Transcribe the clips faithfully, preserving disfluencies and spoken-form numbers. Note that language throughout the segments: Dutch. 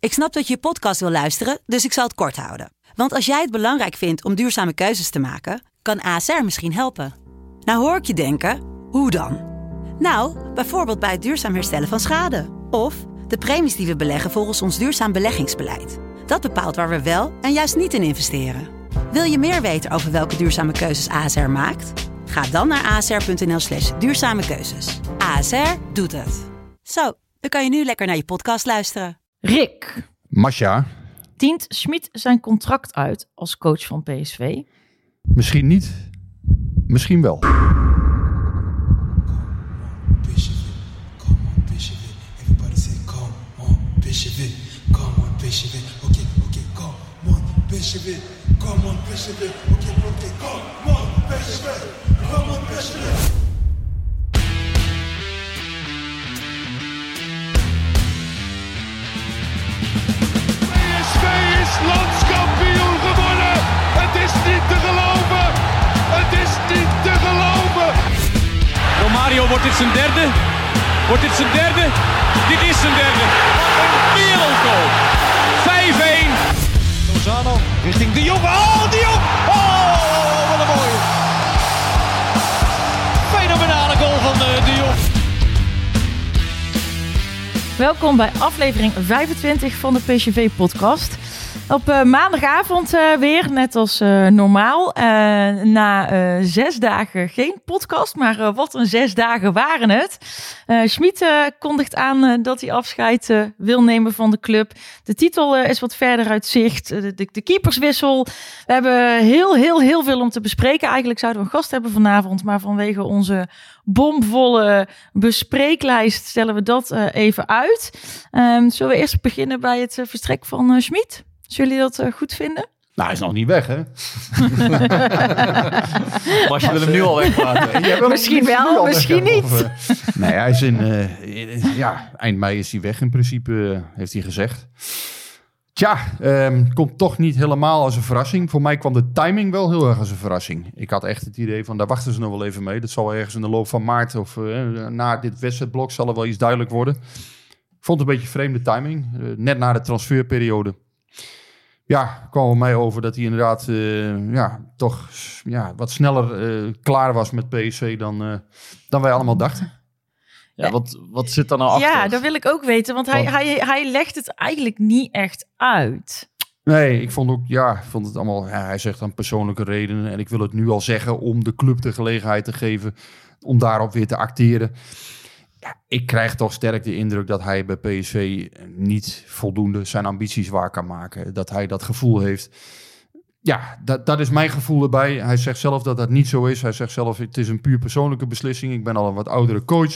Ik snap dat je je podcast wil luisteren, dus ik zal het kort houden. Want als jij het belangrijk vindt om duurzame keuzes te maken, kan A S R misschien helpen. Nou hoor ik je denken, hoe dan? Nou, bijvoorbeeld bij het duurzaam herstellen van schade. Of de premies die we beleggen volgens ons duurzaam beleggingsbeleid. Dat bepaalt waar we wel en juist niet in investeren. Wil je meer weten over welke duurzame keuzes A S R maakt? Ga dan naar asr.nl slash duurzame keuzes. A S R doet het. Zo, dan kan je nu lekker naar je podcast luisteren. Rick. Masja. Dient Schmid zijn contract uit als coach van P S V? Misschien niet. Misschien wel. P S V, come on P S V, okay, okay, come on P S V, come on P S V, okay, okay, come on P S V, come on P S V. P S V is landskampioen geworden. Het is niet te geloven. Het is niet te geloven. Romario, wordt dit zijn derde? Wordt dit zijn derde? Dit is zijn derde. Een wereldgoal. vijf-een. Lozano richting De Jong. Oh, De Jong. Oh, wat een mooie. Fenomenale goal van uh, De Jong. Welkom bij aflevering vijfentwintig van de P S V-podcast. Op uh, maandagavond uh, weer, net als uh, normaal. Uh, na uh, zes dagen geen podcast, maar uh, wat een zes dagen waren het. Uh, Schmid uh, kondigt aan uh, dat hij afscheid uh, wil nemen van de club. De titel uh, is wat verder uit zicht. Uh, de, de keeperswissel. We hebben heel, heel, heel veel om te bespreken. Eigenlijk zouden we een gast hebben vanavond, maar vanwege onze bomvolle bespreeklijst stellen we dat uh, even uit. Um, zullen we eerst beginnen bij het uh, vertrek van uh, Schmid? Zullen jullie dat uh, goed vinden? Nou, hij is nog niet weg, hè? Maar je wil hem nu al weglaten. Misschien wel, misschien niet. Of, uh, nee, hij is in... Uh, ja, eind mei is hij weg in principe, uh, heeft hij gezegd. Tja, um, komt toch niet helemaal als een verrassing. Voor mij kwam de timing wel heel erg als een verrassing. Ik had echt het idee van, daar wachten ze nog wel even mee. Dat zal ergens in de loop van maart of uh, na dit wedstrijdblok zal er wel iets duidelijk worden. Ik vond het een beetje vreemde timing. Uh, net na de transferperiode. Ja, kwam er mij over dat hij inderdaad uh, ja, toch ja, wat sneller uh, klaar was met P S V dan, uh, dan wij allemaal dachten. Ja, wat, wat zit daar nou achter? Ja, dat wil ik ook weten, want hij, hij, hij legt het eigenlijk niet echt uit. Nee, ik vond ook, ja, ik vond het allemaal, ja, hij zegt dan persoonlijke redenen. En ik wil het nu al zeggen om de club de gelegenheid te geven om daarop weer te acteren. Ja, ik krijg toch sterk de indruk dat hij bij P S V niet voldoende zijn ambities waar kan maken. Dat hij dat gevoel heeft. Ja, dat, dat is mijn gevoel erbij. Hij zegt zelf dat dat niet zo is. Hij zegt zelf, het is een puur persoonlijke beslissing. Ik ben al een wat oudere coach.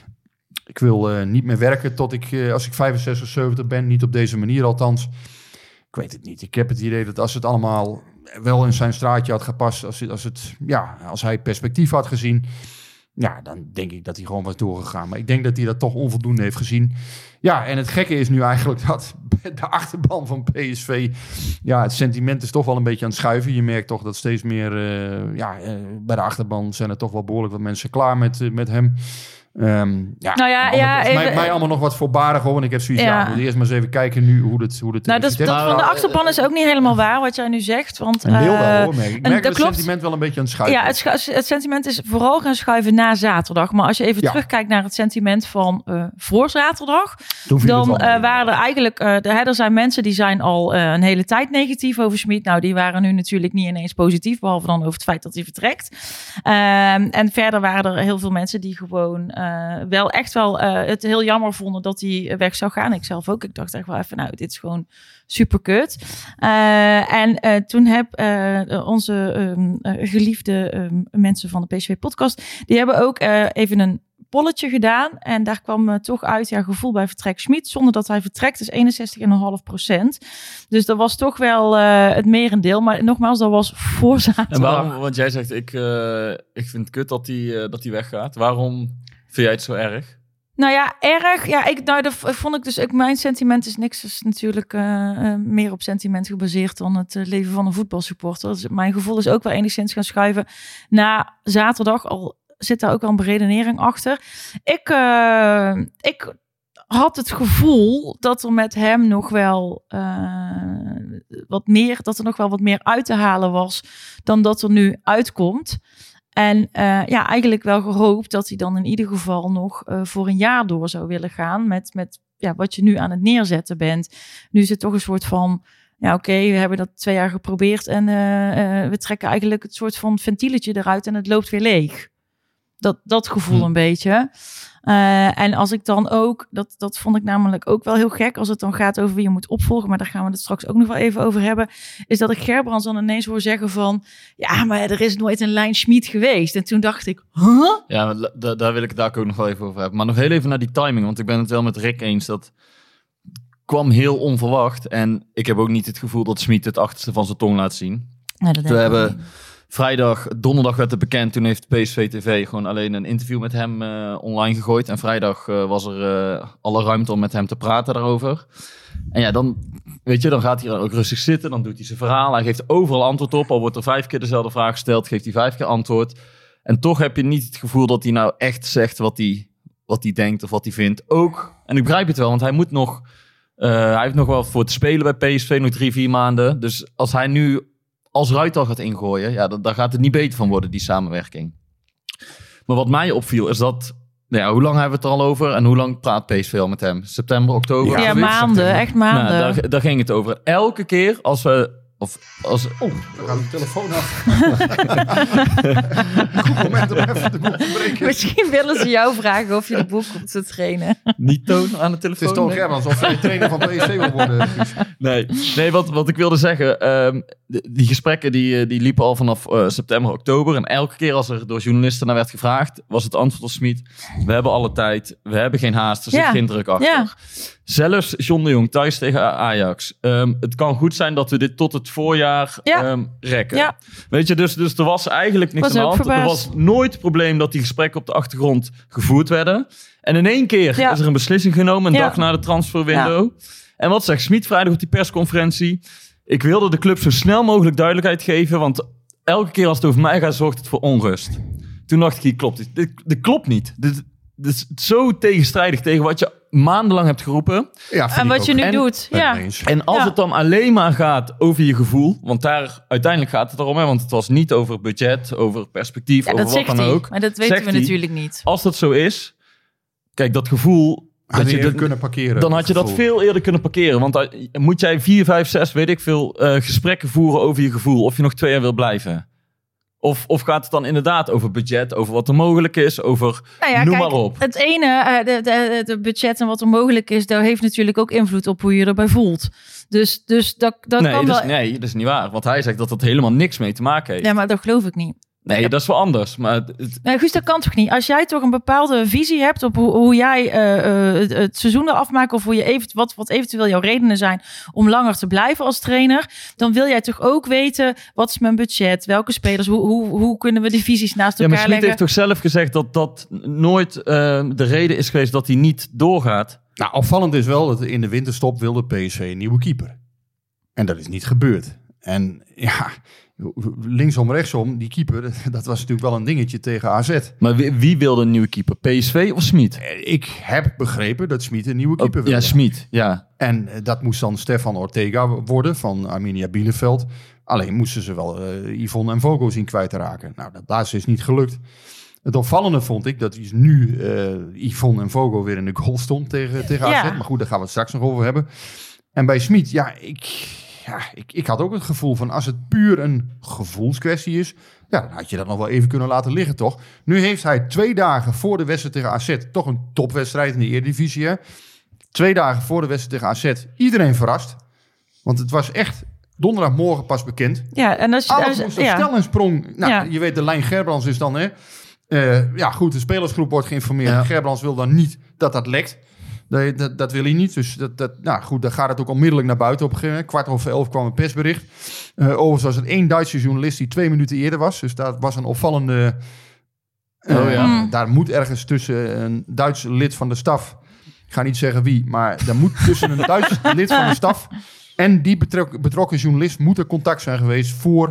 Ik wil uh, niet meer werken tot ik, uh, als ik vijfenzestig, zeventig ben. Niet op deze manier althans. Ik weet het niet. Ik heb het idee dat als het allemaal wel in zijn straatje had gepast. Als, het, als, het, ja, als hij perspectief had gezien. Ja, dan denk ik dat hij gewoon was doorgegaan. Maar ik denk dat hij dat toch onvoldoende heeft gezien. Ja, en het gekke is nu eigenlijk dat de achterban van P S V... Ja, het sentiment is toch wel een beetje aan het schuiven. Je merkt toch dat steeds meer... Uh, ja, uh, bij de achterban zijn er toch wel behoorlijk wat mensen klaar met, uh, met hem. Um, ja, nou ja, ja is even, mij, mij allemaal nog wat voorbarig hoor. En ik heb zoiets, ja, ja moet eerst maar eens even kijken nu hoe het hoe het. Nou, dat, dat van de achterban is ook niet helemaal waar wat jij nu zegt, want een deel uh, wel hoor. Merk. Ik merk dat het klopt. sentiment wel een beetje aan het schuiven. Ja, het, schu- het sentiment is vooral gaan schuiven na zaterdag. Maar als je even ja. terugkijkt naar het sentiment van uh, voor zaterdag, dan uh, waren er eigenlijk, uh, de, er zijn mensen die zijn al uh, een hele tijd negatief over Schmid. Nou, die waren nu natuurlijk niet ineens positief, behalve dan over het feit dat hij vertrekt. Uh, en verder waren er heel veel mensen die gewoon uh, wel echt echt wel uh, het heel jammer vonden dat hij weg zou gaan. Ik zelf ook. Ik dacht echt wel even, nou, dit is gewoon super kut. Uh, en uh, toen heb uh, onze um, uh, geliefde um, mensen van de P S V-podcast, die hebben ook uh, even een polletje gedaan. En daar kwam uh, toch uit, ja, gevoel bij vertrek Schmid, zonder dat hij vertrekt, is eenenzestig komma vijf procent. Dus dat was toch wel uh, het merendeel. Maar nogmaals, dat was voor zaterdag. En waarom, want jij zegt, ik, uh, ik vind het kut dat hij uh, dat hij weggaat. Waarom vind jij het zo erg? Nou ja, erg. Ja, ik, nou, dat vond ik dus ook. Mijn sentiment is niks. Is natuurlijk uh, uh, meer op sentiment gebaseerd dan het uh, leven van een voetbalsupporter. Dus mijn gevoel is ook wel enigszins gaan schuiven na zaterdag. Al zit daar ook wel een beredenering achter. Ik, uh, ik had het gevoel dat er met hem nog wel uh, wat meer, dat er nog wel wat meer uit te halen was dan dat er nu uitkomt. En uh, ja, eigenlijk wel gehoopt dat hij dan in ieder geval nog uh, voor een jaar door zou willen gaan met, met ja, wat je nu aan het neerzetten bent. Nu is het toch een soort van, ja oké, okay, we hebben dat twee jaar geprobeerd en uh, uh, we trekken eigenlijk het soort van ventieletje eruit en het loopt weer leeg. Dat, dat gevoel hm. een beetje. Uh, en als ik dan ook, dat, dat vond ik namelijk ook wel heel gek, als het dan gaat over wie je moet opvolgen, maar daar gaan we het straks ook nog wel even over hebben, is dat ik Gerbrands dan ineens hoor zeggen van, ja, maar er is nooit een lijn Schmid geweest. En toen dacht ik, huh? Ja, d- daar wil ik het daar ook nog wel even over hebben. Maar nog heel even naar die timing, want ik ben het wel met Rick eens, dat kwam heel onverwacht. En ik heb ook niet het gevoel dat Schmid het achterste van zijn tong laat zien. Ja, dat we hebben... Vrijdag, donderdag werd het bekend. Toen heeft P S V T V gewoon alleen een interview met hem uh, online gegooid. En vrijdag uh, was er uh, alle ruimte om met hem te praten daarover. En ja, dan, weet je, dan gaat hij ook rustig zitten. Dan doet hij zijn verhaal. Hij geeft overal antwoord op. Al wordt er vijf keer dezelfde vraag gesteld, geeft hij vijf keer antwoord. En toch heb je niet het gevoel dat hij nou echt zegt wat hij, wat hij denkt of wat hij vindt. Ook, en ik begrijp het wel, want hij moet nog... Uh, hij heeft nog wel voor te spelen bij P S V, nog drie, vier maanden. Dus als hij nu... als Ruijt al gaat ingooien, ja, dan, dan gaat het niet beter van worden, die samenwerking. Maar wat mij opviel is dat... Nou ja, hoe lang hebben we het er al over? En hoe lang praat P S V al met hem? September, oktober? Ja, ja maanden, september. Echt maanden. Nou, daar, daar ging het over. Elke keer als we... Of als, oh, dan gaat de telefoon af. Goed moment om even de boek te breken. Misschien willen ze jou vragen of je de boek komt te trainen. Niet Toon aan de telefoon. Het is Toon Gerbrands, of jij trainer van P S V wil worden. Nee, nee wat, wat ik wilde zeggen. Um, die, die gesprekken die, die liepen al vanaf uh, september, oktober. En elke keer als er door journalisten naar werd gevraagd, was het antwoord van Schmid: we hebben alle tijd, we hebben geen haast, er zit ja. geen druk achter. Ja. Zelfs John de Jong thuis tegen Ajax. Um, het kan goed zijn dat we dit tot het voorjaar ja. um, rekken. Ja. Weet je, dus, dus er was eigenlijk niks was aan de hand. Verbaasd. Er was nooit het probleem dat die gesprekken op de achtergrond gevoerd werden. En in één keer ja. is er een beslissing genomen, een ja. dag na de transferwindow. Ja. En wat zegt Schmid vrijdag op die persconferentie? Ik wilde de club zo snel mogelijk duidelijkheid geven, want elke keer als het over mij gaat, zorgt het voor onrust. Toen dacht ik, hier klopt dit. Dit, dit klopt niet. Dit, dit is zo tegenstrijdig tegen wat je maandenlang hebt geroepen. Ja, en wat je nu en, doet. Ja. En als ja. het dan alleen maar gaat over je gevoel, want daar uiteindelijk gaat het erom, hè, want het was niet over budget, over perspectief, ja, over wat dan hij. ook. Maar dat weten we hij, natuurlijk niet. Als dat zo is, kijk, dat gevoel... Dat je dat kunnen parkeren. Dan had je dat veel eerder kunnen parkeren. Want uh, moet jij vier, vijf, zes, weet ik veel, uh, gesprekken voeren over je gevoel. Of je nog twee jaar wil blijven. Of, of gaat het dan inderdaad over budget, over wat er mogelijk is, over nou ja, noem kijk, maar op. Het ene, uh, de, de, de budget en wat er mogelijk is, daar heeft natuurlijk ook invloed op hoe je erbij voelt. Dus, dus dat, dat nee, kan dat wel... Is, nee, dat is niet waar. Want hij zegt dat dat helemaal niks mee te maken heeft. Ja, maar dat geloof ik niet. Nee, ja. dat is wel anders. Maar het... Nee, Guus, dat kan toch niet? Als jij toch een bepaalde visie hebt op hoe, hoe jij uh, uh, het, het seizoen eraf maakt, of hoe je even, wat, wat eventueel jouw redenen zijn om langer te blijven als trainer, dan wil jij toch ook weten, wat is mijn budget, welke spelers, hoe, hoe, hoe kunnen we de visies naast elkaar leggen? Ja, maar Schmid heeft toch zelf gezegd dat dat nooit uh, de reden is geweest dat hij niet doorgaat? Nou, opvallend is wel dat in de winterstop wilde P S V een nieuwe keeper. En dat is niet gebeurd. En ja... linksom, rechtsom, die keeper, dat was natuurlijk wel een dingetje tegen A Z. Maar wie, wie wilde een nieuwe keeper? P S V of Schmid? Ik heb begrepen dat Schmid een nieuwe keeper oh, wilde. Ja, Schmid, ja. En dat moest dan Stefan Ortega worden van Arminia Bielefeld. Alleen moesten ze wel uh, Yvonne en Vogo zien kwijt te raken. Nou, dat laatste is niet gelukt. Het opvallende vond ik dat nu uh, Yvonne en Vogo weer in de goal stond tegen, tegen ja. A Z. Maar goed, daar gaan we het straks nog over hebben. En bij Schmid, ja, ik... Ja, ik, ik had ook het gevoel van als het puur een gevoelskwestie is, ja, dan had je dat nog wel even kunnen laten liggen, toch? Nu heeft hij twee dagen voor de wedstrijd tegen A Z toch een topwedstrijd in de Eredivisie. Hè? Twee dagen voor de wedstrijd tegen A Z iedereen verrast. Want het was echt donderdagmorgen pas bekend. Ja, en als je alles moest op ja. stel en sprong. Nou, ja. je weet, de lijn Gerbrands is dan, hè? Uh, ja, goed, de spelersgroep wordt geïnformeerd. Ja. Gerbrands wil dan niet dat dat lekt. Dat, dat, dat wil hij niet. Dus dat, dat, nou goed, dan gaat het ook onmiddellijk naar buiten. Op een gegeven moment, kwart over elf kwam een persbericht. Uh, overigens was het één Duitse journalist die twee minuten eerder was. Dus dat was een opvallende... Uh, oh, ja. mm. Daar moet ergens tussen een Duits lid van de staf... Ik ga niet zeggen wie, maar er moet tussen een Duits lid van de staf... en die betrok, betrokken journalist moet er contact zijn geweest... voor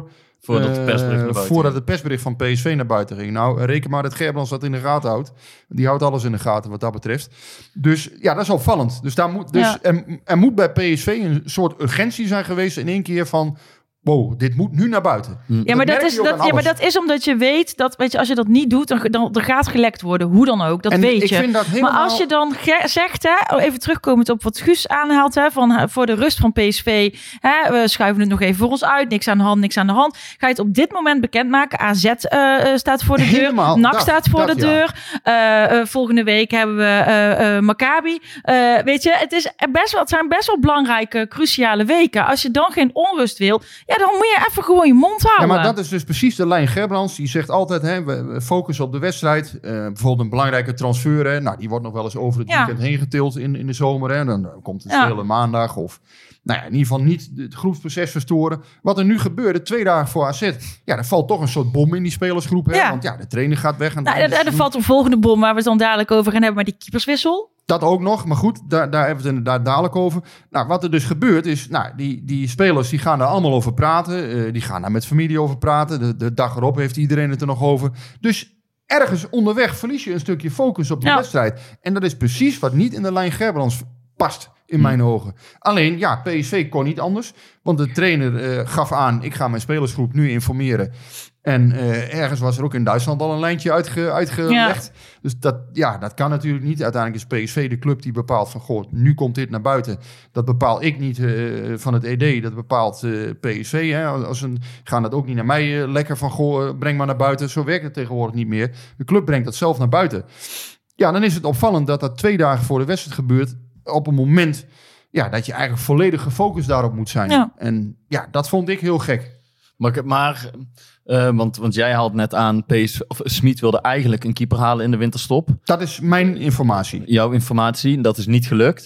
Voordat, de persbericht naar uh, voordat het persbericht van P S V naar buiten ging. Nou, reken maar dat Gerbrands dat in de gaten houdt. Die houdt alles in de gaten wat dat betreft. Dus ja, dat is opvallend. Dus, daar moet, dus ja. er, er moet bij P S V een soort urgentie zijn geweest in één keer van... Wow, dit moet nu naar buiten. Ja, maar dat, is, dat, ja, maar dat is omdat je weet dat, weet je, als je dat niet doet, dan, dan er gaat gelekt worden. Hoe dan ook, dat en weet ik je. Vind dat helemaal... Maar als je dan ge- zegt, hè, even terugkomend op wat Guus aanhaalt, hè, van voor de rust van P S V, hè, we schuiven het nog even voor ons uit, niks aan de hand, niks aan de hand. Ga je het op dit moment bekendmaken? A Z uh, staat voor de deur, helemaal, N A C dat, staat voor dat, de deur. Ja. Uh, uh, volgende week hebben we uh, uh, Maccabi. Uh, weet je, het, is best wel, het zijn best wel belangrijke, cruciale weken. Als je dan geen onrust wil, ja, dan moet je even gewoon je mond houden. Ja, maar dat is dus precies de lijn Gerbrands. Die zegt altijd, hè, we focussen op de wedstrijd. Uh, bijvoorbeeld een belangrijke transfer. Hè. Nou, die wordt nog wel eens over het ja. weekend heen getild in, in de zomer. Hè. Dan, dan komt het ja. hele maandag. Of nou ja, in ieder geval niet het groepsproces verstoren. Wat er nu gebeurde, twee dagen voor A Z. Ja, er valt toch een soort bom in die spelersgroep. Hè. Ja. Want ja, de trainer gaat weg. En nou, er, er valt een volgende bom waar we het dan dadelijk over gaan hebben. Maar die keeperswissel. Dat ook nog, maar goed, daar, daar hebben we het inderdaad dadelijk over. Nou, wat er dus gebeurt is, nou, die, die spelers die gaan daar allemaal over praten. Uh, die gaan daar met familie over praten. De, de dag erop heeft iedereen het er nog over. Dus ergens onderweg verlies je een stukje focus op die ja. wedstrijd. En dat is precies wat niet in de lijn Gerbrands past, in mijn hmm. ogen. Alleen, ja, P S V kon niet anders. Want de trainer uh, gaf aan, ik ga mijn spelersgroep nu informeren. En uh, ergens was er ook in Duitsland al een lijntje uitge, uitgelegd. Ja. Dus dat, ja, dat kan natuurlijk niet. Uiteindelijk is P S V de club die bepaalt van... goh, nu komt dit naar buiten. Dat bepaal ik niet uh, van het E D. Dat bepaalt uh, P S V. Hè. Als een, gaan dat ook niet naar mij uh, lekker van... goh, uh, breng maar naar buiten. Zo werkt het tegenwoordig niet meer. De club brengt dat zelf naar buiten. Ja, dan is het opvallend dat dat twee dagen voor de wedstrijd gebeurt... op een moment ja, dat je eigenlijk volledig gefocust daarop moet zijn. Ja. En ja, dat vond ik heel gek. Maar... maar Uh, want, want jij haalt net aan, P S V, of Smit wilde eigenlijk een keeper halen in de winterstop. Dat is mijn informatie. Jouw informatie, dat is niet gelukt.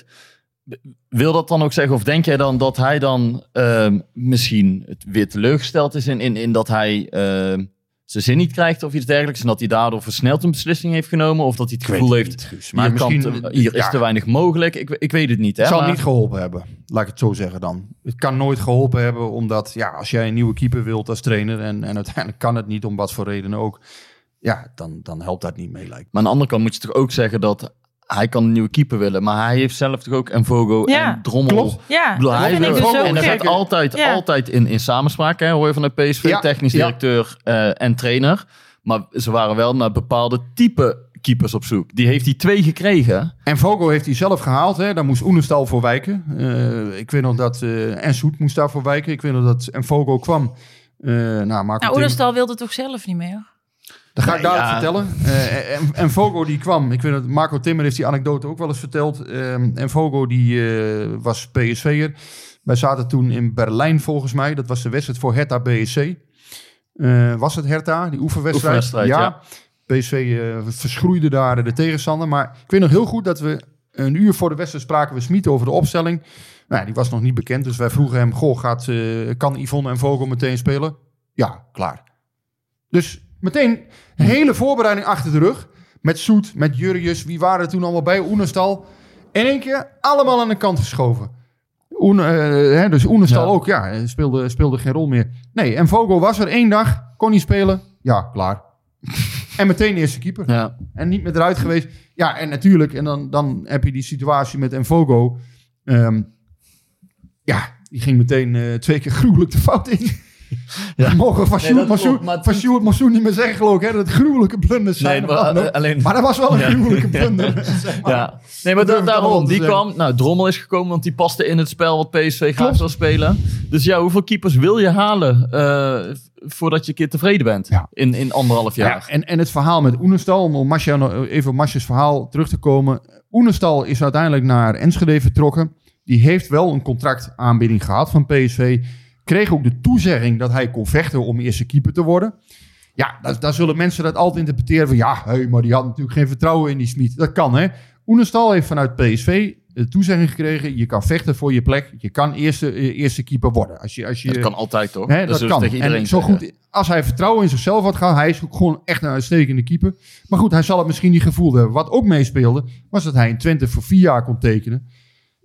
Wil dat dan ook zeggen, of denk jij dan dat hij dan uh, misschien weer teleurgesteld is in, in, in dat hij uh, zijn zin niet krijgt of iets dergelijks en dat hij daardoor versneld een beslissing heeft genomen of dat hij het gevoel heeft, niet, maar hier, misschien, kan, hier is ja. te weinig mogelijk. Ik, ik weet het niet. Hè, het zal maar... niet geholpen hebben, laat ik het zo zeggen dan. Het kan nooit geholpen hebben, omdat ja, als jij een nieuwe keeper wilt als trainer en, en uiteindelijk kan het niet om wat voor redenen ook, ja, dan, dan helpt dat niet mee, lijkt. Maar aan de andere kant moet je toch ook zeggen dat hij kan een nieuwe keeper willen, maar hij heeft zelf toch ook Mvogo ja. en Drommel. Klopt. Ja, bedoel, dat hij vind ik dus ook en dat gaat altijd, ja. altijd in, in samenspraak, hè, hoor je van de P S V, ja. technisch directeur ja. uh, en trainer. Maar ze waren wel naar bepaalde type keepers op zoek. Die heeft hij twee gekregen. En Mvogo heeft hij zelf gehaald. Hè. Daar moest Oenestal voor wijken. Uh, ik weet nog dat... Uh, en Soet moest daarvoor wijken. Ik weet nog dat Mvogo kwam. Uh, nou, nou Oenestal wilde toch zelf niet meer? Dat ga ik nee, dadelijk ja. vertellen. Uh, en, en Mvogo die kwam. Ik weet dat Marco Timmer heeft die anekdote ook wel eens verteld. Uh, en Mvogo die uh, was P S V'er. Wij zaten toen in Berlijn volgens mij. Dat was de wedstrijd voor Hertha B S C. Uh, was het Hertha, die oefenwedstrijd? oefenwedstrijd ja. ja. P S V uh, verschroeide daar de tegenstander. Maar ik weet nog heel goed dat we een uur voor de wedstrijd spraken we Smit over de opstelling. Nou, die was nog niet bekend. Dus wij vroegen hem, goh, gaat, uh, kan Yvonne en Vogel meteen spelen? Ja, klaar. Dus meteen een hele voorbereiding achter de rug. Met Soet, met Jurrius. Wie waren er toen allemaal bij? Oenestal. In één keer allemaal aan de kant geschoven. Oen, uh, hè, dus Oenestal ja. ook, ja, speelde, speelde geen rol meer. Nee, en Vogel was er één dag, kon niet spelen. Ja, klaar. En meteen eerste keeper. Ja. En niet meer eruit geweest. Ja, en natuurlijk, en dan, dan heb je die situatie met Mvogo. Um, ja, die ging meteen uh, twee keer gruwelijk de fout in. Ja. We mogen van Sjoerd Massoen niet meer zeggen, geloof ik, hè, dat het gruwelijke blunders zijn. Nee, maar, uh, alleen... maar dat was wel een ja. gruwelijke blunder. Zeg maar. Ja. Nee, maar da- daarom, die kwam, nou, Drommel is gekomen, want die paste in het spel wat P S V graag wil spelen. Dus ja, hoeveel keepers wil je halen uh, voordat je een keer tevreden bent ja. in, in anderhalf jaar? Ja, en, en het verhaal met Oenestal, om Masja, even op Masjes verhaal terug te komen. Oenestal is uiteindelijk naar Enschede vertrokken. Die heeft wel een contractaanbieding gehad van P S V. Kreeg ook de toezegging dat hij kon vechten om eerste keeper te worden. Ja, daar, daar zullen mensen dat altijd interpreteren van... ja, hey, maar die had natuurlijk geen vertrouwen in die Smit. Dat kan, hè. Oenestal heeft vanuit P S V de toezegging gekregen... je kan vechten voor je plek. Je kan eerste, eerste keeper worden. Als je, als je, dat kan altijd, toch? Hè, dat, dat kan. Tegen iedereen en zo goed, als hij vertrouwen in zichzelf had gehad... hij is ook gewoon echt een uitstekende keeper. Maar goed, hij zal het misschien niet gevoeld hebben. Wat ook meespeelde, was dat hij in Twente voor vier jaar kon tekenen...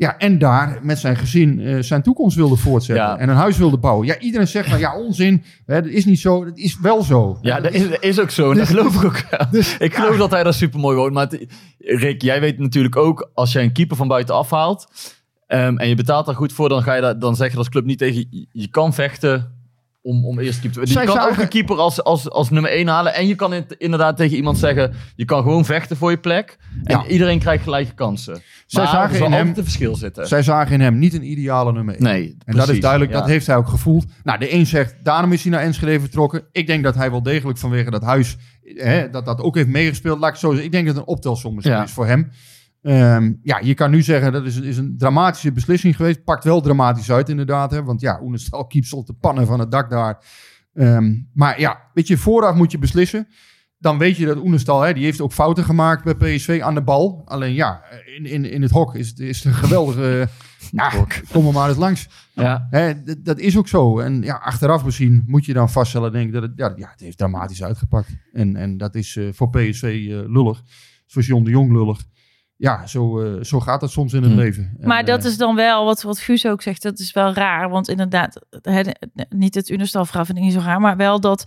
Ja, en daar met zijn gezin uh, zijn toekomst wilde voortzetten. Ja. En een huis wilde bouwen. Ja, iedereen zegt van, ja, onzin. Hè, dat is niet zo. Dat is wel zo. Ja, dat is, dat is ook zo. En dus, dat geloof ik ook. Ja. Dus, ik geloof ja. dat hij dat super mooi woont. Maar het, Rick, jij weet natuurlijk ook, als jij een keeper van buiten afhaalt um, en je betaalt daar goed voor, dan ga je dat, dan zeg je als club niet tegen je, je kan vechten om, om eerst keeper te worden. Je kan zagen... ook een keeper als, als, als nummer één halen. En je kan het inderdaad tegen iemand zeggen, je kan gewoon vechten voor je plek. En ja. iedereen krijgt gelijke kansen. Zij maar zagen er in hem een verschil zitten. Zij zagen in hem niet een ideale nummer één. Nee, en precies, dat is duidelijk, ja. dat heeft hij ook gevoeld. Nou, de een zegt, daarom is hij naar Enschede vertrokken. Ik denk dat hij wel degelijk vanwege dat huis, hè, dat dat ook heeft meegespeeld. Laat ik zo zeggen, ik denk dat het een optelsom is ja. voor hem. Um, ja, je kan nu zeggen, dat is, is een dramatische beslissing geweest. Pakt wel dramatisch uit inderdaad. Hè, want ja, Oenestal kiepselt de pannen van het dak daar. Um, maar ja, weet je, vooraf moet je beslissen. Dan weet je dat Oenestal, hè, die heeft ook fouten gemaakt bij P S V aan de bal. Alleen ja, in, in, in het hok is het, is het een geweldige... ja, kom er maar eens langs. Ja. Hè, d- dat is ook zo. En ja, achteraf bezien moet je dan vaststellen, denk ik, dat het, ja, ja, het heeft dramatisch uitgepakt. En, en dat is uh, voor P S V uh, lullig. Voor John de Jong lullig. Ja, zo, uh, zo gaat het soms in het hmm. leven. Maar en, dat uh, is dan wel, wat, wat Guus ook zegt, dat is wel raar. Want inderdaad, het, niet het Unestal-verhaal vind ik niet zo raar. Maar wel dat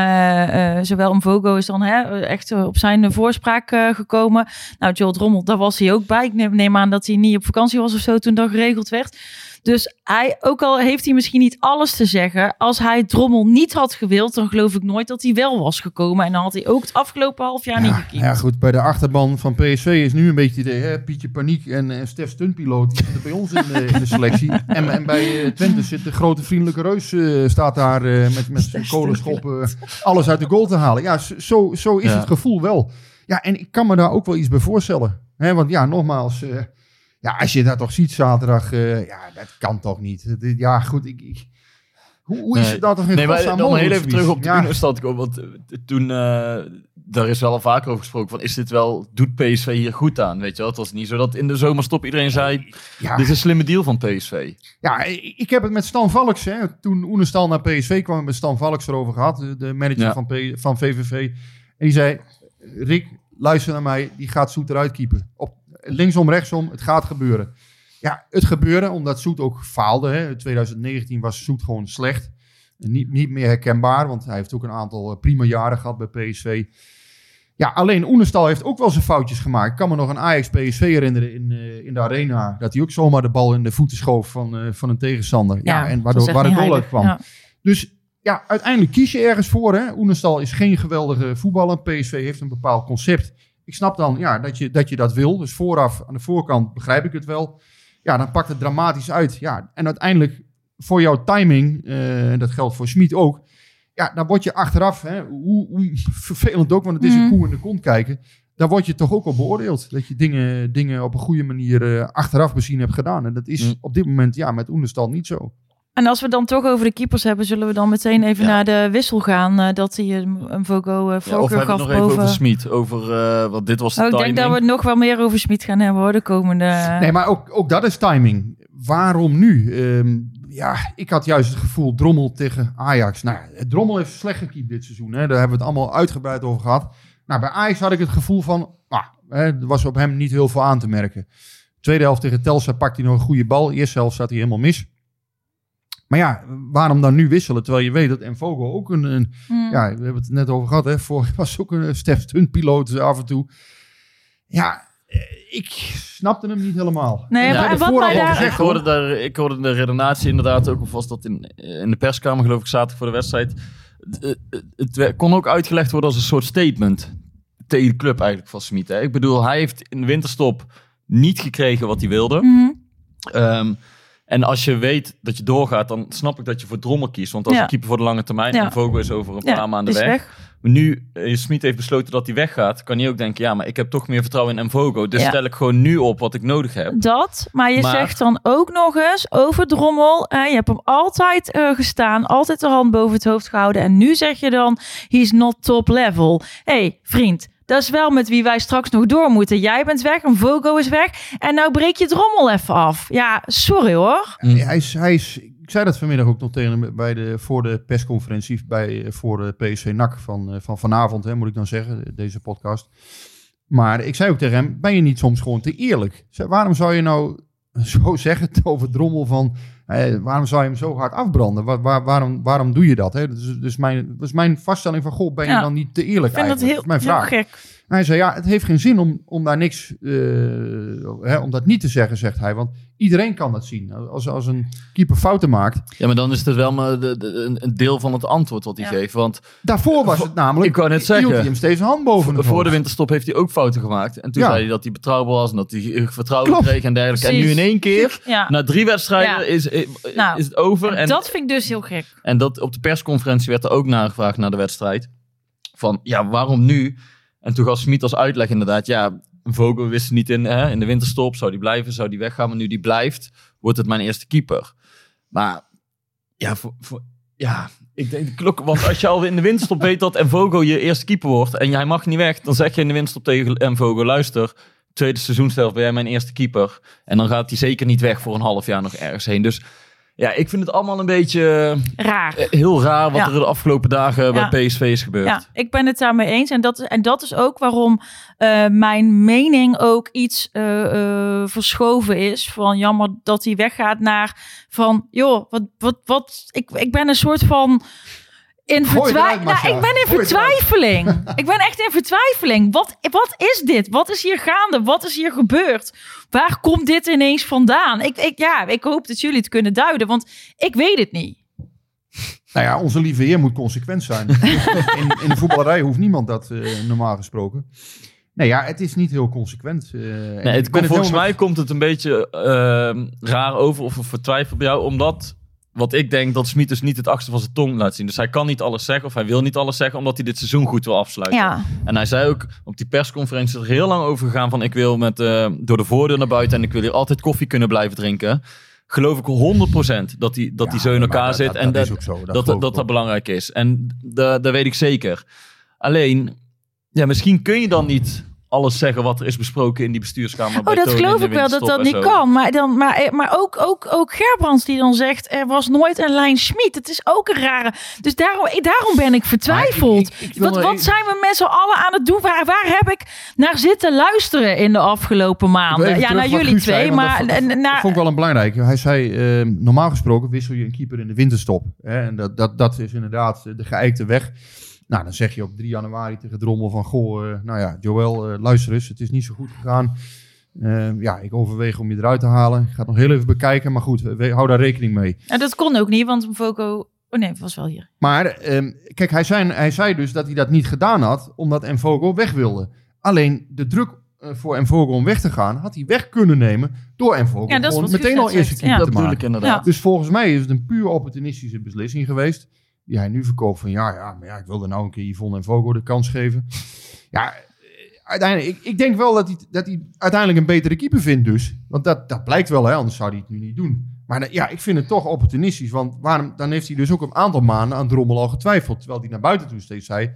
uh, uh, zowel Mvogo is dan hè, echt op zijn voorspraak uh, gekomen. Nou, Joel Drommel, daar was hij ook bij. Ik neem, neem aan dat hij niet op vakantie was of zo toen dat geregeld werd. Dus hij, ook al heeft hij misschien niet alles te zeggen, als hij Drommel niet had gewild, dan geloof ik nooit dat hij wel was gekomen. En dan had hij ook het afgelopen half jaar ja, niet gekiept. Ja goed, bij de achterban van P S V is nu een beetje het idee, hè? Pietje Paniek en, en Stef Stuntpiloot, die zitten bij ons in de, in de selectie. En, en bij uh, Twente zit de grote vriendelijke reus, uh, staat daar uh, met, met zijn kolenschop uh, alles uit de goal te halen. Ja, zo, zo is ja. het gevoel wel. Ja, en ik kan me daar ook wel iets bij voorstellen. Hè? Want ja, nogmaals... Uh, Ja, als je dat toch ziet zaterdag, uh, ja, dat kan toch niet. Ja, goed, ik, ik, hoe, hoe is nee, het dat toch in nee, godsnaam maar nog heel even terug op de ja. Unestal te komen, want uh, toen, uh, daar is wel al vaker over gesproken, van is dit wel, doet P S V hier goed aan, weet je wel? Het was niet zo dat in de zomerstop iedereen zei, ja. dit is een slimme deal van P S V. Ja, ik heb het met Stan Valks, hè, toen Oenestal naar P S V kwam, met Stan Valks erover gehad, de manager ja. van, P, van V V V. En die zei, Rick, luister naar mij, die gaat Soet eruit keepen. Op linksom, rechtsom, het gaat gebeuren. Ja, het gebeurde, omdat Soet ook faalde. Hè. In twintig negentien was Soet gewoon slecht. Niet, niet meer herkenbaar, want hij heeft ook een aantal prima jaren gehad bij P S V. Ja, alleen Oenestal heeft ook wel zijn foutjes gemaakt. Ik kan me nog een Ajax-P S V herinneren in, uh, in de arena. Dat hij ook zomaar de bal in de voeten schoof van, uh, van een tegenstander. Ja, ja en waardoor, waar de goal uit kwam. Ja. Dus ja, uiteindelijk kies je ergens voor. Hè. Oenestal is geen geweldige voetballer. P S V heeft een bepaald concept. Ik snap dan ja, dat, je, dat je dat wil. Dus vooraf, aan de voorkant begrijp ik het wel. Ja, dan pakt het dramatisch uit. Ja, en uiteindelijk voor jouw timing, en uh, dat geldt voor Schmid ook. Ja, dan word je achteraf, hè, hoe, hoe vervelend ook, want het is een koe in de kont kijken. Daar word je toch ook op beoordeeld. Dat je dingen, dingen op een goede manier uh, achteraf bezien hebt gedaan. En dat is mm. op dit moment ja, met Oenestal niet zo. En als we dan toch over de keepers hebben, zullen we dan meteen even ja. naar de wissel gaan. Uh, dat hij een, een Vogo uh, voorkeur ja, gaf nog boven. Even over Schmid, over uh, wat dit was de oh, timing. Ik denk dat we nog wel meer over Schmid gaan hebben hoor, de komende... Nee, maar ook, ook dat is timing. Waarom nu? Um, ja, ik had juist het gevoel Drommel tegen Ajax. Nou, Drommel heeft slecht gekiept dit seizoen. Hè. Daar hebben we het allemaal uitgebreid over gehad. Nou, bij Ajax had ik het gevoel van, ah, hè, er was op hem niet heel veel aan te merken. Tweede helft tegen Telstar pakt hij nog een goede bal. Eerste helft zat hij helemaal mis. Maar ja, waarom dan nu wisselen? Terwijl je weet dat Mvogo ook een... een mm. Ja, we hebben het net over gehad. Hè. Vorig was ook een Stef Stuntpiloot af en toe. Ja, ik snapte hem niet helemaal. Nee, ja, maar wat mij daar... Gezegd, ik, hoorde daar, ik hoorde de redenatie inderdaad ook. Of was dat in, in de perskamer geloof ik zaterdag voor de wedstrijd. Het, het, het kon ook uitgelegd worden als een soort statement tegen de club eigenlijk van Schmid. Hè. Ik bedoel, hij heeft in de winterstop niet gekregen wat hij wilde. Mm-hmm. Um, En als je weet dat je doorgaat, dan snap ik dat je voor Drommel kiest. Want als ja. je keeper voor de lange termijn ja. en Vogel is over een ja, paar maanden weg. weg. Maar nu uh, Schmid heeft besloten dat hij weggaat, kan hij ook denken, ja, maar ik heb toch meer vertrouwen in Mvogo. Dus ja. stel ik gewoon nu op wat ik nodig heb. Dat, maar je maar... zegt dan ook nog eens over Drommel. Eh, je hebt hem altijd uh, gestaan, altijd de hand boven het hoofd gehouden. En nu zeg je dan, he's not top level. Hé, hey, vriend. Dat is wel met wie wij straks nog door moeten. Jij bent weg, een Vogo is weg. En nou breek je Drommel even af. Ja, sorry hoor. Ja, hij is, hij is, ik zei dat vanmiddag ook nog tegen hem bij de, voor de persconferentie bij, voor de P S V N A C van, van vanavond, hè, moet ik dan zeggen, deze podcast. Maar ik zei ook tegen hem, ben je niet soms gewoon te eerlijk? Waarom zou je nou zo zeggen over Drommel van... Hey, waarom zou je hem zo hard afbranden? Waar, waar, waarom, waarom doe je dat? Hè? Dus, dus mijn, dus mijn vaststelling van... Goh, ben je ja, dan niet te eerlijk ik vind eigenlijk? Dat, heel, dat is mijn vraag. Heel gek. En hij zei, ja, het heeft geen zin om, om daar niks... Uh, hè, om dat niet te zeggen, zegt hij. Want iedereen kan dat zien. Als, als een keeper fouten maakt... Ja, maar dan is het wel maar de, de, een deel van het antwoord wat hij ja. geeft. Want daarvoor was het namelijk... Ik wou net zeggen... hield hij hem steeds hand boven de Voor de winterstop heeft hij ook fouten gemaakt. En toen ja. zei hij dat hij betrouwbaar was... en dat hij vertrouwen Klopt. kreeg en dergelijke. Precies. En nu in één keer... Ja. Na drie wedstrijden ja. is, is, nou, is het over. En dat vind ik dus heel gek. En dat op de persconferentie werd er ook nagevraagd naar de wedstrijd. Van, ja, waarom nu? En toen gaf Smit als uitleg inderdaad, ja, Vogel wist niet in, hè, in de winterstop, zou die blijven, zou die weggaan, maar nu die blijft, wordt het mijn eerste keeper. Maar, ja, voor, voor, ja ik denk de klok, want als je al in de winterstop weet dat Vogel je eerste keeper wordt en jij mag niet weg, dan zeg je in de winterstop tegen Vogel, luister, tweede seizoenshelft ben jij mijn eerste keeper. En dan gaat hij zeker niet weg voor een half jaar nog ergens heen. Dus ja, ik vind het allemaal een beetje... raar. Heel raar wat ja. er de afgelopen dagen ja. bij P S V is gebeurd. Ja, ik ben het daarmee eens. En dat, en dat is ook waarom uh, mijn mening ook iets uh, uh, verschoven is. Van jammer dat hij weggaat naar van... joh, wat, wat, wat, ik, ik ben een soort van... In vertwij- nou, ik ben in vertwijfeling. Ik ben echt in vertwijfeling. Wat, wat is dit? Wat is hier gaande? Wat is hier gebeurd? Waar komt dit ineens vandaan? Ik, ik, ja, ik hoop dat jullie het kunnen duiden, want ik weet het niet. Nou ja, onze lieve heer moet consequent zijn. in, in de voetballerij hoeft niemand dat uh, normaal gesproken. Nee, ja, het is niet heel consequent. Uh, nee, het komt, volgens mij met... komt het een beetje uh, raar over of vertwijfel bij jou, omdat... Wat ik denk, dat Smit dus niet het achtste van zijn tong laat zien. Dus hij kan niet alles zeggen, of hij wil niet alles zeggen, omdat hij dit seizoen goed wil afsluiten. Ja. En hij zei ook op die persconferentie er heel lang over gegaan van ik wil met, uh, door de voordeur naar buiten en ik wil hier altijd koffie kunnen blijven drinken. Geloof ik honderd procent dat die, dat ja, die zo in elkaar dat, zit dat, en dat dat, zo, dat, dat, dat, dat belangrijk is. En dat weet ik zeker. Alleen, ja, misschien kun je dan niet... alles zeggen wat er is besproken in die bestuurskamer. Oh, dat geloof ik wel dat dat niet kan. Maar, dan, maar, maar ook, ook, ook Gerbrands die dan zegt... er was nooit een lijn Smit. Het is ook een rare... Dus daarom, daarom ben ik vertwijfeld. Ik, ik, ik wat, wat even... zijn we met z'n allen aan het doen? Waar, waar heb ik naar zitten luisteren in de afgelopen maanden? Ja, naar jullie twee. Zei, maar dat, dat, naar... dat vond ik wel een belangrijk. Hij zei, uh, normaal gesproken wissel je een keeper in de winterstop. Hè? En dat, dat, dat is inderdaad de geëikte weg... Nou, dan zeg je op drie januari tegen Drommel van... Goh, uh, nou ja, Joël, uh, luister eens, het is niet zo goed gegaan. Uh, ja, ik overweeg om je eruit te halen. Ik ga het nog heel even bekijken, maar goed, we, hou daar rekening mee. En dat kon ook niet, want Mvoko... Oh nee, het was wel hier. Maar, um, kijk, hij zei, hij zei dus dat hij dat niet gedaan had... omdat Mvoko weg wilde. Alleen de druk uh, voor Mvoko om weg te gaan... had hij weg kunnen nemen door Mvoko ja, gewoon meteen al eerste keeper ja. te maken. Inderdaad. Ja. Dus volgens mij is het een puur opportunistische beslissing geweest... die hij nu verkoopt van ja, ja, maar ja, ik wilde nou een keer Yvonne Mvoko de kans geven. Ja, uiteindelijk, ik, ik denk wel dat hij, dat hij uiteindelijk een betere keeper vindt dus. Want dat, dat blijkt wel, hè, anders zou hij het nu niet doen. Maar ja, ik vind het toch opportunistisch, want waarom, dan heeft hij dus ook een aantal maanden aan Drommel al getwijfeld. Terwijl hij naar buiten toe steeds zei...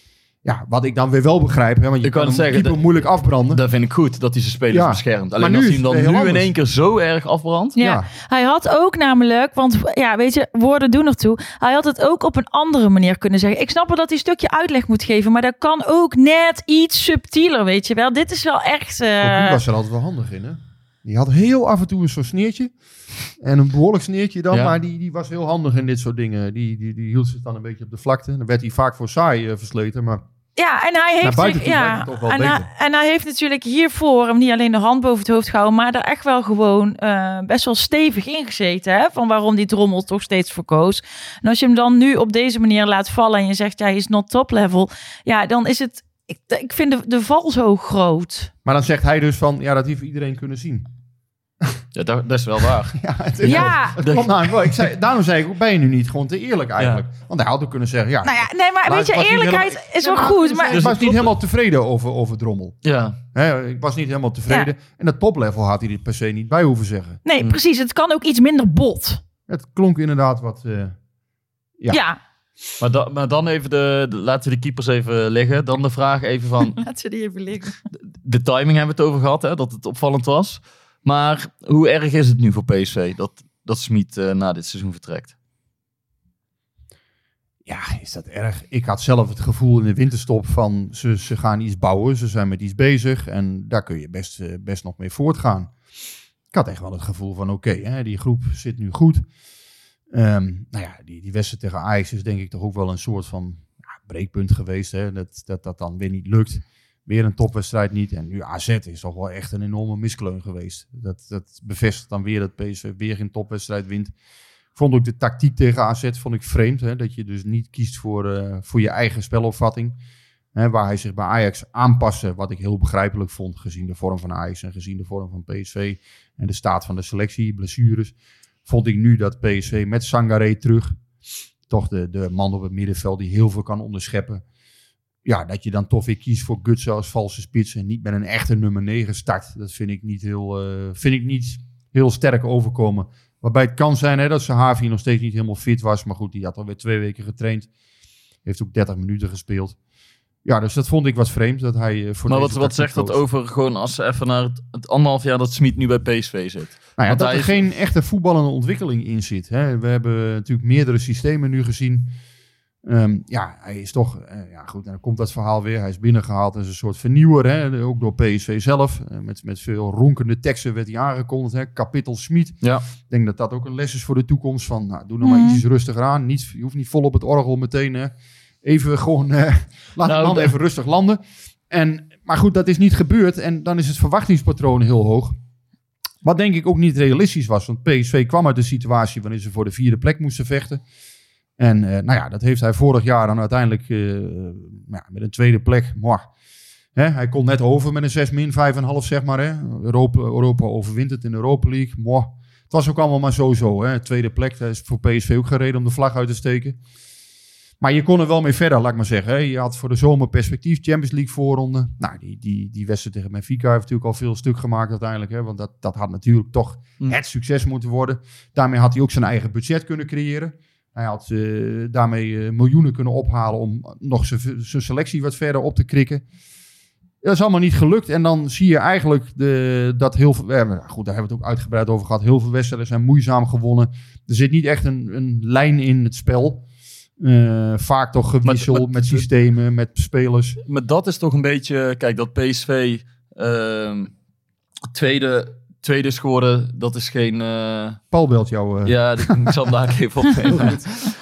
Ja, wat ik dan weer wel begrijp, hè, want je ik kan, kan hem zeggen, dat, moeilijk afbranden. Dat vind ik goed, dat hij zijn spelers ja. beschermt. Alleen als hij hem dan nu anders. in één keer zo erg afbrandt. Ja. ja, hij had ook namelijk, want ja, weet je, woorden doen ertoe. Hij had het ook op een andere manier kunnen zeggen. Ik snap wel dat hij een stukje uitleg moet geven, maar dat kan ook net iets subtieler, weet je wel. Dit is wel echt... Uh... Die was er altijd wel handig in, hè? Die had heel af en toe een zo'n sneertje. En een behoorlijk sneertje dan, ja. maar die, die was heel handig in dit soort dingen. Die, die, die hield zich dan een beetje op de vlakte. Dan werd hij vaak voor saai uh, versleten, maar... Ja, en hij heeft zich, ja, en hij, en hij heeft natuurlijk hiervoor hem niet alleen de hand boven het hoofd gehouden, maar daar echt wel gewoon uh, best wel stevig in gezeten, hè, van waarom die Drommel toch steeds verkoos. En als je hem dan nu op deze manier laat vallen en je zegt, ja, hij is not top level, ja, dan is het, ik, ik vind de, de val zo groot. Maar dan zegt hij dus van, ja, dat heeft iedereen kunnen zien. Ja, dat, dat is wel waar. Ja, het, is ja. Wel, het komt nou, ik zei, daarom zei ik, ben je nu niet gewoon te eerlijk eigenlijk? Ja. Want hij had ook kunnen zeggen, ja. Nou ja, nee, maar, maar weet je, eerlijkheid helemaal, is wel goed. Maar... Ik was niet helemaal tevreden over, over Drommel. Ja. He, ik was niet helemaal tevreden. Ja. En dat toplevel had hij dit per se niet bij hoeven zeggen. Nee, hm. precies. Het kan ook iets minder bot. Het klonk inderdaad wat... Uh, ja. ja. Maar, da, maar dan even de, de... Laten we de keepers even liggen. Dan de vraag even van... Laten we die even liggen. De, de timing hebben we het over gehad, hè, dat het opvallend was. Maar hoe erg is het nu voor P S V dat, dat Smit uh, na dit seizoen vertrekt? Ja, is dat erg? Ik had zelf het gevoel in de winterstop van ze, ze gaan iets bouwen. Ze zijn met iets bezig en daar kun je best, uh, best nog mee voortgaan. ik had echt wel het gevoel van oké, okay, die groep zit nu goed. Um, nou ja, die, die wedstrijd tegen Ajax is denk ik toch ook wel een soort van ja, breekpunt geweest. Hè? Dat, dat dat dan weer niet lukt. Weer een topwedstrijd niet. En nu A Z is toch wel echt een enorme miskleun geweest. Dat, dat bevestigt dan weer dat P S V weer geen topwedstrijd wint. Ik vond ook de tactiek tegen A Z vond ik vreemd. Hè? Dat je dus niet kiest voor, uh, voor je eigen spelopvatting. Hè? Waar hij zich bij Ajax aanpaste. Wat ik heel begrijpelijk vond. Gezien de vorm van Ajax en gezien de vorm van P S V. En de staat van de selectie, blessures. Vond ik nu dat P S V met Sangaré terug. Toch de, de man op het middenveld die heel veel kan onderscheppen. Ja, dat je dan toch weer kiest voor Gutsen als valse spits. En niet met een echte nummer negen start. Dat vind ik niet heel, uh, vind ik niet heel sterk overkomen. Waarbij het kan zijn hè, dat Sahavi nog steeds niet helemaal fit was. Maar goed, die had alweer twee weken getraind. Heeft ook dertig minuten gespeeld. Ja, dus dat vond ik wat vreemd. Dat hij uh, voor maar wat, wat zegt dat over gewoon als ze even naar het, het anderhalf jaar dat Smit nu bij P S V zit? Nou ja, dat er is... geen echte voetballende ontwikkeling in zit. Hè. We hebben natuurlijk meerdere systemen nu gezien. Um, ja, hij is toch... Uh, ja goed, en dan komt dat verhaal weer. Hij is binnengehaald als een soort vernieuwer. Hè, ook door P S V zelf. Uh, met, met veel ronkende teksten werd hij aangekondigd. Hè. Kapitel Smit. Ja. Ik denk dat dat ook een les is voor de toekomst. Van, nou, doe nog mm. maar iets rustiger aan. Niet, je hoeft niet vol op het orgel meteen... Hè. Even gewoon... Uh, laat nou, de man even rustig landen. En, maar goed, dat is niet gebeurd. En dan is het verwachtingspatroon heel hoog. Wat denk ik ook niet realistisch was. Want P S V kwam uit de situatie waarin ze voor de vierde plek moesten vechten. En uh, nou ja, dat heeft hij vorig jaar dan uiteindelijk uh, ja, met een tweede plek. Mwah. Hè, hij kon net over met een zes min, vijf komma vijf zeg maar. Hè. Europa, Europa overwint het in de Europa League. Mwah. Het was ook allemaal maar zo-zo. Hè. Tweede plek, dat is voor P S V ook geen reden om de vlag uit te steken. Maar je kon er wel mee verder, laat ik maar zeggen. Hè. Je had voor de zomer perspectief, Champions League voorronde. Nou, die, die, die wedstrijd tegen Benfica heeft natuurlijk al veel stuk gemaakt uiteindelijk. Hè. Want dat, dat had natuurlijk toch mm. het succes moeten worden. Daarmee had hij ook zijn eigen budget kunnen creëren. Hij had uh, daarmee uh, miljoenen kunnen ophalen om nog zijn selectie wat verder op te krikken. Dat is allemaal niet gelukt. En dan zie je eigenlijk de, dat heel veel... Eh, goed, daar hebben we het ook uitgebreid over gehad. Heel veel wedstrijden zijn moeizaam gewonnen. Er zit niet echt een, een lijn in het spel. Uh, vaak toch gewissel met, met, met systemen, met spelers. Maar dat is toch een beetje... Kijk, dat P S V uh, tweede... Tweede is geworden, dat is geen... Uh... Paul belt jou. Uh... Ja, ik zal hem daar even op nemen.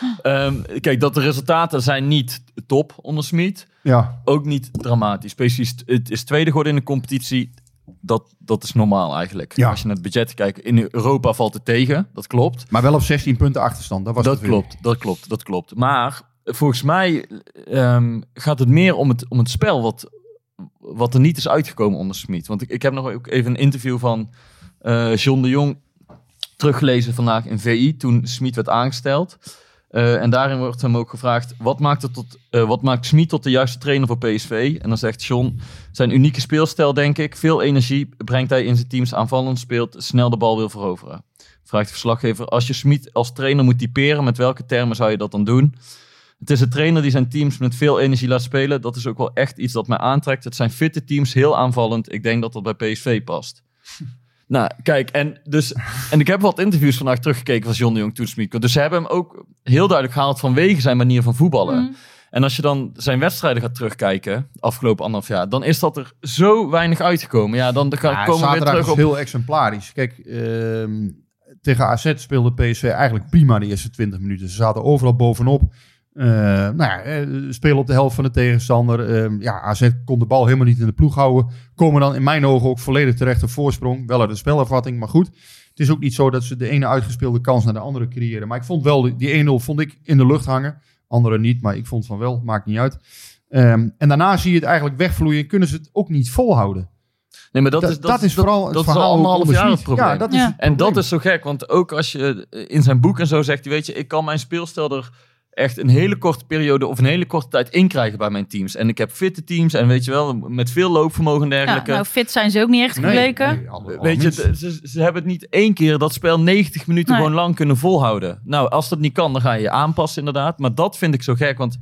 um, kijk, dat de resultaten zijn niet top onder Smit. Ja. Ook niet dramatisch. Precies, het is tweede geworden in de competitie. Dat, dat is normaal eigenlijk. Ja. Als je naar het budget kijkt. In Europa valt het tegen, dat klopt. Maar wel op zestien punten achterstand. Dat, was dat klopt, dat klopt, dat klopt. Maar volgens mij um, gaat het meer om het, om het spel wat... wat er niet is uitgekomen onder Smit. Want ik, ik heb nog ook even een interview van uh, John de Jong teruggelezen vandaag in V I, toen Smit werd aangesteld. Uh, en daarin wordt hem ook gevraagd, wat maakt, het tot, uh, wat maakt Smit tot de juiste trainer voor P S V? En dan zegt John, zijn unieke speelstijl denk ik, veel energie brengt hij in zijn teams, aanvallend speelt, snel de bal wil veroveren. Vraagt de verslaggever, als je Smit als trainer moet typeren, met welke termen zou je dat dan doen? Het is een trainer die zijn teams met veel energie laat spelen. Dat is ook wel echt iets dat mij aantrekt. Het zijn fitte teams, heel aanvallend. Ik denk dat dat bij P S V past. Nou, kijk, en, dus, en ik heb wat interviews vandaag teruggekeken van John de Jong toen Smit. Dus ze hebben hem ook heel duidelijk gehaald vanwege zijn manier van voetballen. Mm. En als je dan zijn wedstrijden gaat terugkijken, afgelopen anderhalf jaar, dan is dat er zo weinig uitgekomen. Ja, dan ga, ja, komen we weer terug op... heel exemplarisch. Kijk, uh, tegen A Z speelde P S V eigenlijk prima de eerste twintig minuten. Ze zaten overal bovenop. Uh, nou ja, uh, spelen op de helft van de tegenstander. Uh, ja, A Z kon de bal helemaal niet in de ploeg houden. Komen dan in mijn ogen ook volledig terecht op voorsprong. Wel uit de spelervatting, maar goed. Het is ook niet zo dat ze de ene uitgespeelde kans naar de andere creëren. Maar ik vond wel, die één nul vond ik in de lucht hangen. Anderen niet, maar ik vond van wel. Maakt niet uit. Um, en daarna zie je het eigenlijk wegvloeien. Kunnen ze het ook niet volhouden. Nee, maar dat, dat, is, dat, dat is vooral het dat verhaal is anderhalf jaar het probleem. Ja, dat is ja. het probleem. En dat is zo gek, want ook als je in zijn boek en zo zegt, weet je, ik kan mijn speelstijl er echt een hele korte periode of een hele korte tijd inkrijgen bij mijn teams. En ik heb fitte teams en weet je wel, met veel loopvermogen en dergelijke. Ja, nou, fit zijn ze ook niet echt gebleken. Nee, nee, alle, alle weet je, ze, ze hebben het niet één keer dat spel negentig minuten nee. gewoon lang kunnen volhouden. Nou, als dat niet kan, dan ga je je aanpassen inderdaad. Maar dat vind ik zo gek, want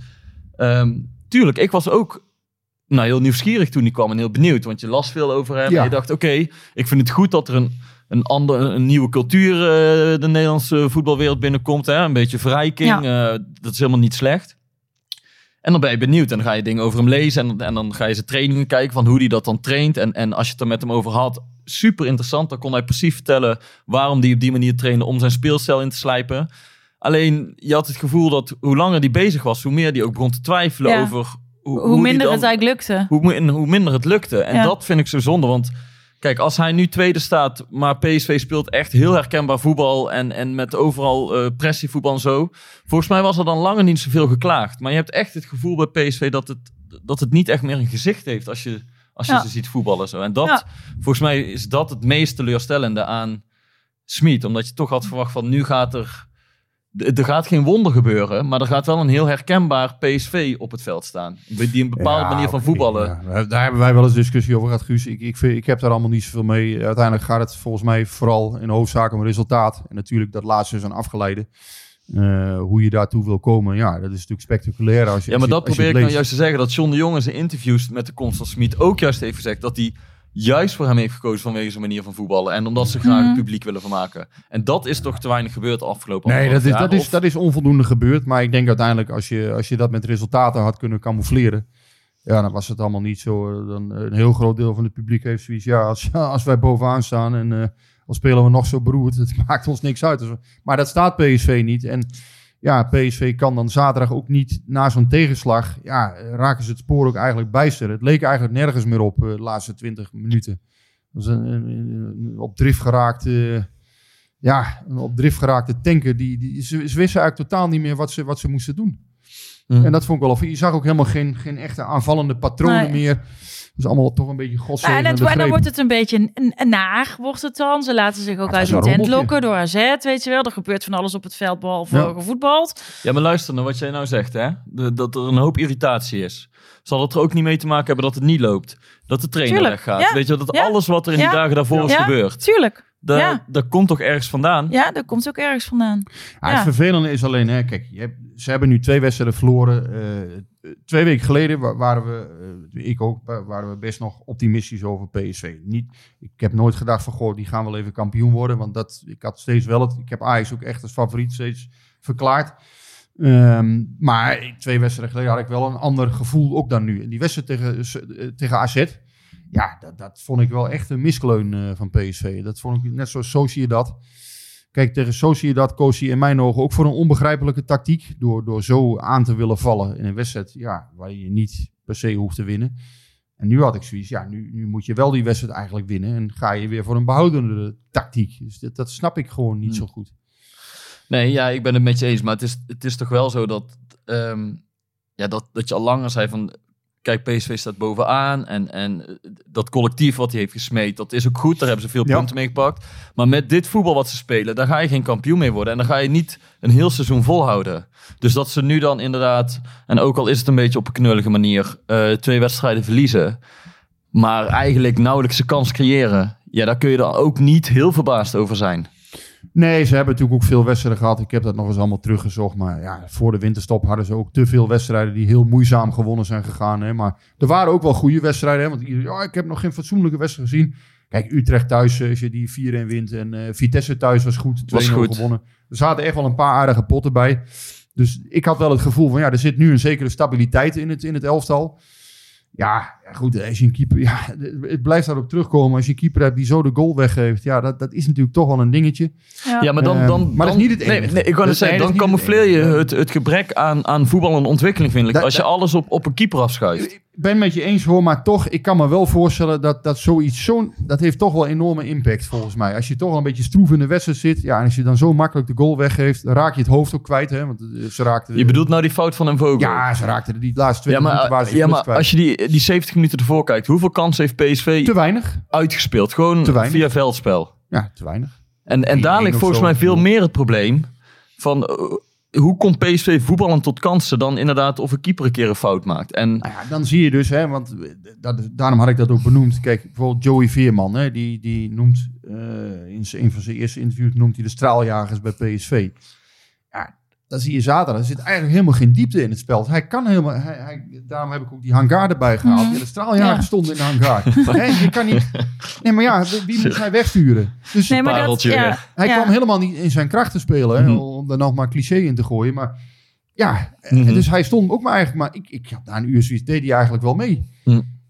um, tuurlijk, ik was ook nou, heel nieuwsgierig toen die kwam en heel benieuwd. Want je las veel over hem ja. en je dacht, oké, okay, ik vind het goed dat er een Een, ander, een nieuwe cultuur uh, de Nederlandse voetbalwereld binnenkomt. Hè? Een beetje verrijking. Ja. Uh, dat is helemaal niet slecht. En dan ben je benieuwd. En dan ga je dingen over hem lezen. En, en dan ga je zijn trainingen kijken van hoe hij dat dan traint. En, en als je het er met hem over had, super interessant. Dan kon hij precies vertellen waarom hij op die manier trainde om zijn speelstijl in te slijpen. Alleen, je had het gevoel dat hoe langer hij bezig was, hoe meer hij ook begon te twijfelen ja. over... Hoe, hoe, hoe minder dan, het eigenlijk lukte. Hoe, hoe minder het lukte. En ja. dat vind ik zo zonde, want... Kijk, als hij nu tweede staat, maar P S V speelt echt heel herkenbaar voetbal en, en met overal uh, pressievoetbal en zo. Volgens mij was er dan langer niet zoveel geklaagd. Maar je hebt echt het gevoel bij P S V dat het, dat het niet echt meer een gezicht heeft als je, als je ja. ze ziet voetballen. Zo. En dat, ja. volgens mij is dat het meest teleurstellende aan Smit. Omdat je toch had verwacht van nu gaat er... Er gaat geen wonder gebeuren, maar er gaat wel een heel herkenbaar P S V op het veld staan. Die een bepaalde ja, manier van okay, voetballen. Ja. Daar hebben wij wel eens discussie over gehad, Guus. Ik, ik, vind, ik heb daar allemaal niet zoveel mee. Uiteindelijk gaat het volgens mij vooral in de hoofdzaak om resultaat. En natuurlijk dat laatste is een afgeleide. Uh, hoe je daartoe wil komen, ja, dat is natuurlijk spectaculair. Als je, ja, maar als dat je, probeer ik nou juist te zeggen. Dat John de Jong in zijn interviews met de komst van Smit ook juist heeft gezegd dat hij juist voor hem heeft gekozen vanwege zijn manier van voetballen. En omdat ze graag het publiek willen vermaken. En dat is toch te weinig gebeurd de afgelopen Nee, dat is, jaar, dat, is, dat is onvoldoende gebeurd. Maar ik denk uiteindelijk als je, als je dat met resultaten had kunnen camoufleren. Ja, dan was het allemaal niet zo. Dan, een heel groot deel van het publiek heeft zoiets. Ja, als, als wij bovenaan staan en uh, al spelen we nog zo beroerd. Het maakt ons niks uit. Maar dat staat P S V niet. En ja, P S V kan dan zaterdag ook niet na zo'n tegenslag. Ja, raken ze het spoor ook eigenlijk bijster. Het leek eigenlijk nergens meer op uh, de laatste twintig minuten. Dat was een, een, een op drift geraakte, ja, een op drift geraakte tanker. Die, die, ze, ze wisten eigenlijk totaal niet meer wat ze, wat ze moesten doen. Mm. En dat vond ik wel. Of je zag ook helemaal geen, geen echte aanvallende patronen nee. meer. Dus allemaal toch een beetje godzegen. Ja, en, het, en dan wordt het een beetje een naar, wordt het dan. Ze laten zich ook ja, uit hun tent lokken door A Z, weet je wel. Er gebeurt van alles op het veld, behalve ja. gevoetbald. Ja, maar luister naar wat jij nou zegt, hè. De, dat er een hoop irritatie is. Zal het er ook niet mee te maken hebben dat het niet loopt? Dat de trainer tuurlijk. weggaat? Ja. Weet je, dat ja. alles wat er in die ja. dagen daarvoor ja. is ja. gebeurd. Tuurlijk. Dat, ja. dat komt toch ergens vandaan? Ja, dat komt ook ergens vandaan. Ja, ja. Het vervelende is alleen, hè, kijk, je hebt, ze hebben nu twee wedstrijden verloren. Uh, twee weken geleden waren we, uh, ik ook, waren we best nog optimistisch over P S V. Niet, ik heb nooit gedacht van, goh, die gaan wel even kampioen worden. Want dat, ik had steeds wel het, ik heb Ajax ook echt als favoriet steeds verklaard. Um, maar twee wedstrijden geleden had ik wel een ander gevoel ook dan nu. En die wedstrijd tegen, tegen A Z... Ja, dat, dat vond ik wel echt een miskleun uh, van P S V. Dat vond ik net zoals Sociedad. Kijk, tegen Sociedad koos hij in mijn ogen ook voor een onbegrijpelijke tactiek. Door, door zo aan te willen vallen in een wedstrijd ja, waar je niet per se hoeft te winnen. En nu had ik zoiets, ja, nu, nu moet je wel die wedstrijd eigenlijk winnen. En ga je weer voor een behoudende tactiek. Dus dat, dat snap ik gewoon niet hmm. zo goed. Nee, ja, ik ben het met je eens. Maar het is, het is toch wel zo dat, um, ja, dat, dat je al langer zei van... Kijk, P S V staat bovenaan en, en dat collectief wat hij heeft gesmeed, dat is ook goed. Daar hebben ze veel punten ja. mee gepakt. Maar met dit voetbal wat ze spelen, daar ga je geen kampioen mee worden. En dan ga je niet een heel seizoen volhouden. Dus dat ze nu dan inderdaad, en ook al is het een beetje op een knullige manier, uh, twee wedstrijden verliezen, maar eigenlijk nauwelijks een kans creëren. Ja, daar kun je dan ook niet heel verbaasd over zijn. Nee, ze hebben natuurlijk ook veel wedstrijden gehad. Ik heb dat nog eens allemaal teruggezocht. Maar ja, voor de winterstop hadden ze ook te veel wedstrijden die heel moeizaam gewonnen zijn gegaan. Hè. Maar er waren ook wel goede wedstrijden. Hè. Want iedereen, oh, ik heb nog geen fatsoenlijke wedstrijd gezien. Kijk, Utrecht thuis, als je die vier een wint. En uh, Vitesse thuis was goed, twee nul gewonnen. Er zaten echt wel een paar aardige potten bij. Dus ik had wel het gevoel van, ja, er zit nu een zekere stabiliteit in het, in het elftal. Ja, goed, als je een keeper... Ja, het blijft daarop terugkomen. Als je een keeper hebt die zo de goal weggeeft... Ja, dat, dat is natuurlijk toch wel een dingetje. Ja, ja maar dan... dan um, maar dan, dat is niet het enige. Nee, nee, ik wou net zeggen, dan camoufleer je het, het gebrek aan, aan voetbal en ontwikkeling, vind ik. Dat, als je dat, alles op, op een keeper afschuift. Ik ben met je eens hoor, maar toch... Ik kan me wel voorstellen dat, dat zoiets... Zo, dat heeft toch wel enorme impact volgens mij. Als je toch wel een beetje stroef in de wedstrijd zit... Ja, en als je dan zo makkelijk de goal weggeeft... Dan raak je het hoofd ook kwijt, hè. Want ze raakten... Je bedoelt nou die fout van een Vogel? Ja, ze raakten die laatste twintig ja, minuten... Waar ze ja, maar kwijt. Als je die, die zeventig minuten ervoor kijkt... Hoeveel kansen heeft P S V... Te weinig. Uitgespeeld. Gewoon te weinig. Via veldspel. Ja, te weinig. En, en daar ligt volgens mij veel meer het probleem... van... Uh, hoe komt P S V voetballen tot kansen dan inderdaad of een keeper een keer een fout maakt? En nou ja, dan zie je dus, hè, want dat, daarom had ik dat ook benoemd. Kijk, bijvoorbeeld Joey Veerman, hè, die, die noemt uh, in een van zijn eerste interviews noemt hij de straaljagers bij P S V. Ja, dan zie je zaterdag, er zit eigenlijk helemaal geen diepte in het spel. Hij kan helemaal, hij, hij, daarom heb ik ook die hangar erbij gehaald. Mm. Ja, de straaljagers ja. stonden in de hangar. Nee, je kan niet. Nee, maar ja, wie moet hij wegsturen? Dus nee, maar dat, ja. hij ja. kwam helemaal niet in zijn krachten spelen, hè, mm. om er nog maar cliché in te gooien. Maar ja, mm-hmm. dus hij stond ook maar eigenlijk, maar ik, ik had na een uur zoiets, deed hij eigenlijk wel mee. Mm.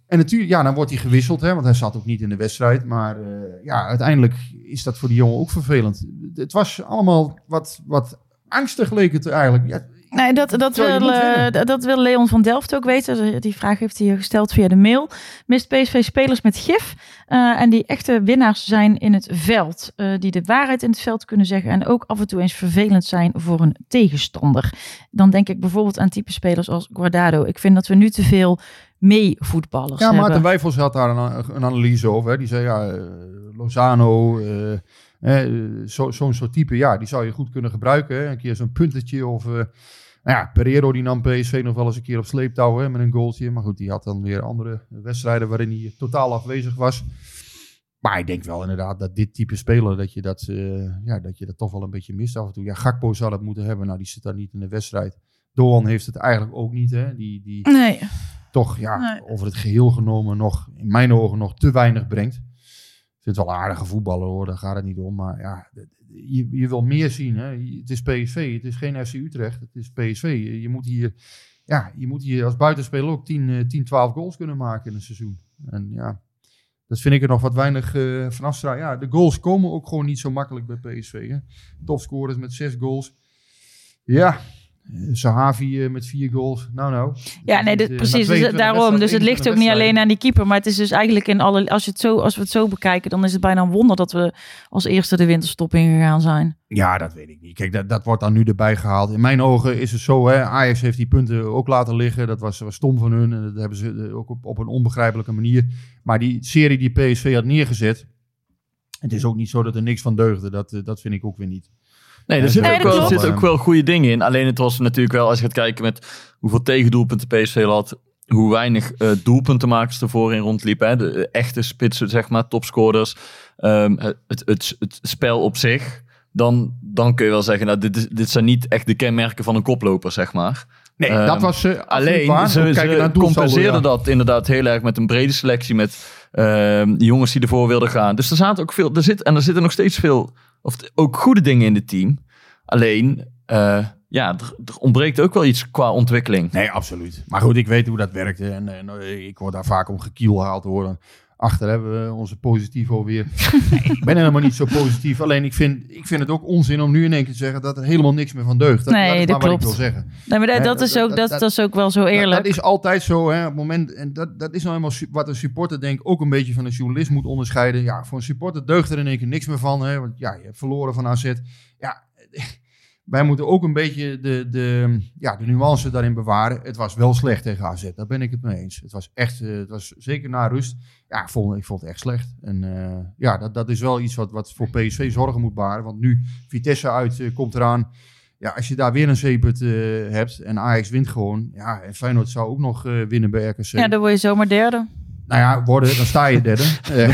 En natuurlijk, ja, dan wordt hij gewisseld, hè, want hij zat ook niet in de wedstrijd. Maar uh, ja, uiteindelijk is dat voor die jongen ook vervelend. Het was allemaal wat, wat angstig leek het eigenlijk. Ja, Nee, dat, dat, wil, uh, dat wil Leon van Delft ook weten. Die vraag heeft hij gesteld via de mail. Mist P S V spelers met gif uh, en die echte winnaars zijn in het veld. Uh, die de waarheid in het veld kunnen zeggen en ook af en toe eens vervelend zijn voor een tegenstander. Dan denk ik bijvoorbeeld aan type spelers als Guardado. Ik vind dat we nu te veel meevoetballers ja, hebben. Maarten Wijfels had daar een, een analyse over. Hè. Die zei, ja, uh, Lozano... Uh, Eh, zo, zo'n soort type, ja, die zou je goed kunnen gebruiken. Hè? Een keer zo'n puntetje of... Uh, nou ja, Pereiro die nam P S V nog wel eens een keer op sleeptouw hè, met een goaltje. Maar goed, die had dan weer andere wedstrijden waarin hij totaal afwezig was. Maar ik denk wel inderdaad dat dit type speler, dat je dat, uh, ja, dat je dat toch wel een beetje mist af en toe. Ja, Gakpo zou dat moeten hebben. Nou, die zit daar niet in de wedstrijd. Doan heeft het eigenlijk ook niet, hè. Die, die nee. toch, ja, nee. over het geheel genomen nog, in mijn ogen, nog te weinig brengt. Ik vind het wel een aardige voetballer hoor, daar gaat het niet om. Maar ja, je, je wil meer zien. Hè? Het is P S V, het is geen F C Utrecht, het is P S V. Je, je, moet, hier, ja, je moet hier als buitenspeler ook tien, twaalf goals kunnen maken in een seizoen. En ja, dat vind ik er nog wat weinig uh, van afstralen. Ja, de goals komen ook gewoon niet zo makkelijk bij P S V. Hè? Topscorers met zes goals. Ja... Sahavi uh, met vier goals. Nou, nou. Ja, nee, dit, uh, precies. Dus, daarom. Dus het ligt ook niet alleen aan die keeper. Maar het is dus eigenlijk in alle... Als, je het zo, als we het zo bekijken, dan is het bijna een wonder dat we als eerste de winterstop ingegaan zijn. Ja, dat weet ik niet. Kijk, dat, dat wordt dan nu erbij gehaald. In mijn ogen is het zo, hè. Ajax heeft die punten ook laten liggen. Dat was, was stom van hun. En dat hebben ze ook op, op een onbegrijpelijke manier. Maar die serie die P S V had neergezet... Het is ook niet zo dat er niks van deugde. Dat, dat vind ik ook weer niet. Nee, er zitten nee, ook, zit ook wel goede dingen in. Alleen het was natuurlijk wel, als je gaat kijken met hoeveel tegendoelpunten P S V had, hoe weinig uh, doelpuntenmakers ervoor in rondliepen. Hè? De echte spitsen, zeg maar, topscorers. Um, het, het, het, het spel op zich. Dan, dan kun je wel zeggen, nou, dit, dit zijn niet echt de kenmerken van een koploper, zeg maar. Nee, um, dat was uh, alleen, waar. ze, ze compenseerden ja. dat inderdaad heel erg met een brede selectie, met uh, jongens die ervoor wilden gaan. Dus er zaten ook veel, er zit, en er zitten nog steeds veel, of ook goede dingen in het team. Alleen, uh, ja, er, er ontbreekt ook wel iets qua ontwikkeling. Nee, absoluut. Maar goed, ik weet hoe dat werkt. En, en ik word daar vaak om gekielhaald hoor. Achter hebben we onze positivo weer. Nee, ik ben helemaal niet zo positief. Alleen ik vind, ik vind het ook onzin om nu in één keer te zeggen dat er helemaal niks meer van deugt. Dat, nee, dat is dat maar klopt. wat ik wil zeggen. Nee, maar dat, dat, is, ook, dat, dat, dat is ook wel zo eerlijk. Dat, dat is altijd zo. Hè, op het moment, en dat, dat is nou eenmaal wat een supporter denk ook een beetje van een journalist moet onderscheiden. Ja, voor een supporter deugt er in één keer niks meer van. Hè, want ja, je hebt verloren van A Z. Ja, wij moeten ook een beetje de, de, ja, de nuance daarin bewaren. Het was wel slecht tegen A Z, daar ben ik het mee eens. Het was echt, uh, het was zeker na rust. Ja, ik vond, ik vond het echt slecht. En uh, ja, dat, dat is wel iets wat, wat voor P S V zorgen moet baren. Want nu Vitesse uit uh, komt eraan. Ja, als je daar weer een zeepert uh, hebt en Ajax wint gewoon. Ja, en Feyenoord zou ook nog uh, winnen bij R K C. Ja, dan word je zomaar derde. Nou ja, worden, dan sta je derde.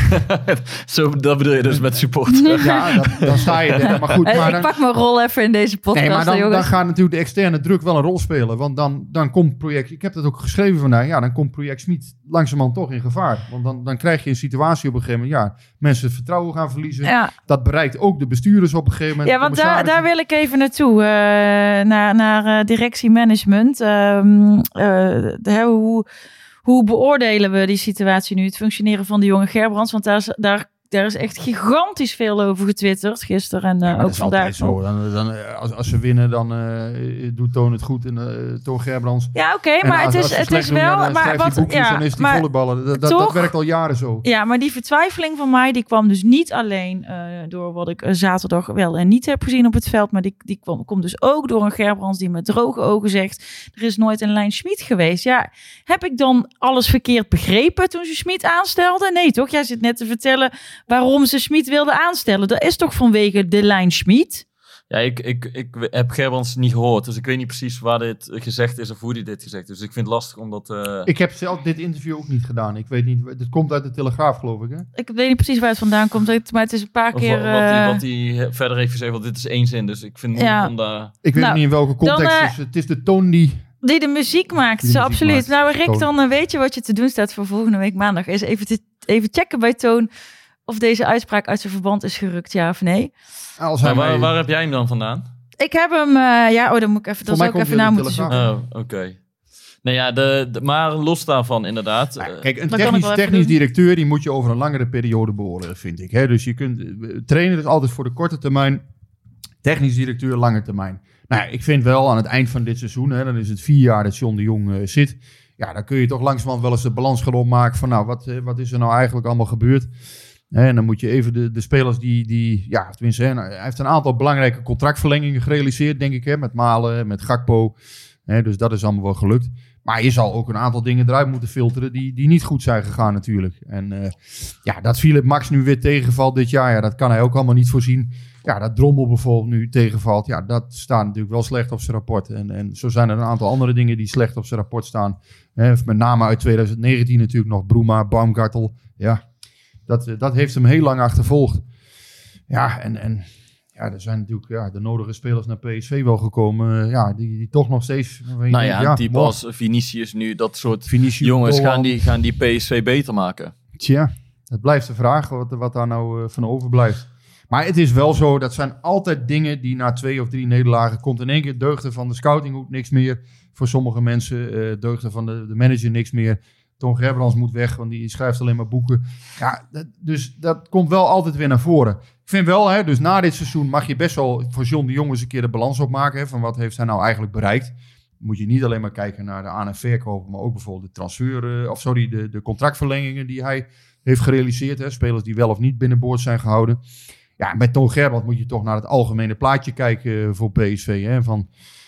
Zo, dat bedoel je dus met support. Ja, dan, dan sta je derde. Maar goed, maar ik dan, pak mijn rol even in deze podcast. Nee, maar dan, jongens. dan gaat natuurlijk de externe druk wel een rol spelen. Want dan, dan komt project... Ik heb dat ook geschreven vandaag. Ja, dan komt project Smit langzamerhand toch in gevaar. Want dan, dan krijg je een situatie op een gegeven moment... Ja, mensen het vertrouwen gaan verliezen. Ja. Dat bereikt ook de bestuurders op een gegeven moment. Ja, want daar, daar wil ik even naartoe. Uh, naar naar uh, directiemanagement. Uh, uh, hoe... Hoe beoordelen we die situatie nu? Het functioneren van de jonge Gerbrands. Want daar is, daar, daar is echt gigantisch veel over getwitterd. Gisteren en uh, ja, ook vandaag. Zo. Dan, dan, als, als ze winnen, dan uh, doet Toon het goed. En uh, Toon Gerbrands. Ja, oké. Okay, maar als, het is, het is wel... Doen, maar wat, boekjes, ja, dan is die maar, volleyballen. Dat, dat, toch, dat werkt al jaren zo. Ja, maar die vertwijfeling van mij... die kwam dus niet alleen uh, door wat ik uh, zaterdag wel en niet heb gezien op het veld... maar die, die kwam, komt dus ook door een Gerbrands die met droge ogen zegt... er is nooit een Lijn Schmid geweest. Ja, heb ik dan alles verkeerd begrepen toen ze Schmid aanstelde? Nee, toch? Jij zit net te vertellen waarom ze Schmid wilde aanstellen. Dat is toch vanwege de Lijn Schmid? Ja, ik, ik, ik heb Gerbrands niet gehoord. Dus ik weet niet precies waar dit gezegd is of hoe hij dit gezegd is. Dus ik vind het lastig omdat... Uh... Ik heb zelf dit interview ook niet gedaan. Ik weet niet... Het komt uit de Telegraaf, geloof ik, hè? Ik weet niet precies waar het vandaan komt. Maar het is een paar of keer... Wat hij, wat hij verder heeft gezegd. Want dit is één zin. Dus ik vind... Ja. Om daar... Ik weet nou, niet in welke context. Dan, uh, dus het is de toon die... Die de muziek maakt, die de zo muziek absoluut. maakt. Nou Rick, dan uh, weet je wat je te doen staat voor volgende week maandag. Is even, te, even checken bij Toon of deze uitspraak uit zijn verband is gerukt, ja of nee. Als hij waar, mij... waar heb jij hem dan vandaan? Ik heb hem, uh, ja, oh, dan moet ik even, dan zou ik even naar moeten zoeken. Oh, oké. Okay. Nou ja, de, de, maar los daarvan inderdaad. Ja, kijk, een technisch, technisch directeur die moet je over een langere periode beoordelen, vind ik. Hè? Dus je kunt trainen dus altijd voor de korte termijn. Technisch directeur, lange termijn. Nou ja, ik vind wel aan het eind van dit seizoen, hè, dan is het vier jaar dat John de Jong uh, zit. Ja, dan kun je toch langzamerhand wel eens de balans gaan opmaken van nou, wat, uh, wat is er nou eigenlijk allemaal gebeurd? Hè, en dan moet je even de, de spelers die, die ja, tenminste, hè, hij heeft een aantal belangrijke contractverlengingen gerealiseerd, denk ik, hè, met Malen, met Gakpo. Hè, dus dat is allemaal wel gelukt. Maar je zal ook een aantal dingen eruit moeten filteren die, die niet goed zijn gegaan natuurlijk. En uh, ja, dat Philip Max nu weer tegenvalt dit jaar, ja, dat kan hij ook allemaal niet voorzien. Ja, dat Drommel bijvoorbeeld nu tegenvalt, ja, dat staat natuurlijk wel slecht op zijn rapport. En, en zo zijn er een aantal andere dingen die slecht op zijn rapport staan. He, met name uit twintig negentien natuurlijk nog Bruma, Baumgartel. Ja, dat, dat heeft hem heel lang achtervolgd. Ja, en, en ja, er zijn natuurlijk ja, de nodige spelers naar P S V wel gekomen. Ja, die, die toch nog steeds... Nou ja, ja, een type als Vinicius nu, dat soort Vinicius, jongens gaan die, gaan die P S V beter maken. Tja, het blijft de vraag wat, wat daar nou uh, van overblijft. Maar het is wel zo, dat zijn altijd dingen die na twee of drie nederlagen komt in één keer deugden van de scoutinghoek niks meer. Voor sommige mensen uh, deugden van de, de manager niks meer. Ton Gerbrands moet weg, want die schrijft alleen maar boeken. Ja, dat, dus dat komt wel altijd weer naar voren. Ik vind wel, hè, dus na dit seizoen mag je best wel voor John de Jong eens een keer de balans opmaken. Hè, van wat heeft hij nou eigenlijk bereikt. Moet je niet alleen maar kijken naar de aan- en verkoop, maar ook bijvoorbeeld de transfer, uh, of sorry, de, de contractverlengingen die hij heeft gerealiseerd. Hè, spelers die wel of niet binnenboord zijn gehouden. Ja, met Ton Gerbrands moet je toch naar het algemene plaatje kijken voor P S V. Hè? Van,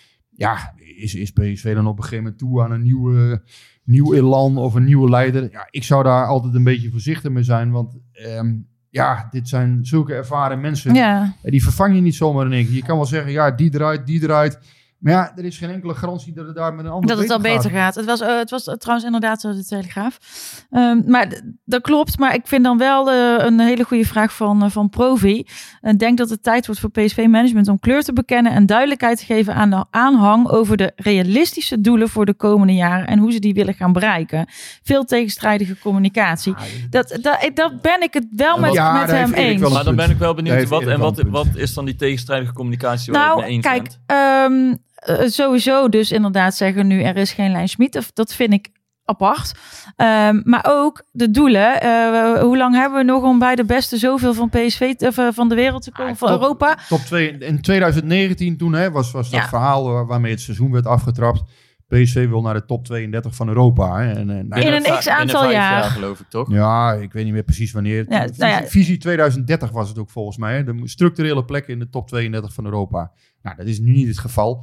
ja, is, is P S V dan op een gegeven moment toe aan een nieuwe, nieuw elan of een nieuwe leider? Ja, ik zou daar altijd een beetje voorzichtig mee zijn, want um, ja, dit zijn zulke ervaren mensen. Ja. Die vervang je niet zomaar in één keer. Je kan wel zeggen, ja, die eruit, die eruit. Maar ja, er is geen enkele garantie dat het daar met een ander dat het al beter gaat. Het was, uh, het was uh, trouwens inderdaad uh, de Telegraaf. Um, maar d- dat klopt. Maar ik vind dan wel uh, een hele goede vraag van, uh, van Provi. Ik uh, denk dat het tijd wordt voor P S V-management om kleur te bekennen en duidelijkheid te geven aan de aanhang over de realistische doelen voor de komende jaren en hoe ze die willen gaan bereiken. Veel tegenstrijdige communicatie. Ah, dat, dat, dat ben ik het wel met, ja, met hem eens. Maar dan ben ik wel benieuwd. Wat, en wat, wat is dan die tegenstrijdige communicatie waar nou, je het mee eens kijk, bent? Um, Uh, sowieso dus inderdaad zeggen nu er is geen Lijn Smit. Dat vind ik apart. Um, maar ook de doelen. Uh, hoe lang hebben we nog om bij de beste zoveel van P S V of, uh, van de wereld te komen, ah, van top, Europa? Top twee. In twintig negentien toen hè, was, was dat ja. verhaal waar, waarmee het seizoen werd afgetrapt. P S V wil naar de top tweeëndertig van Europa. Hè. En, en, in een x-aantal jaar. jaar. Geloof ik toch? Ja, ik weet niet meer precies wanneer. Ja, visie, nou ja. visie twintig dertig was het ook volgens mij. Hè. De structurele plekken in de top tweeëndertig van Europa. Nou, dat is nu niet het geval.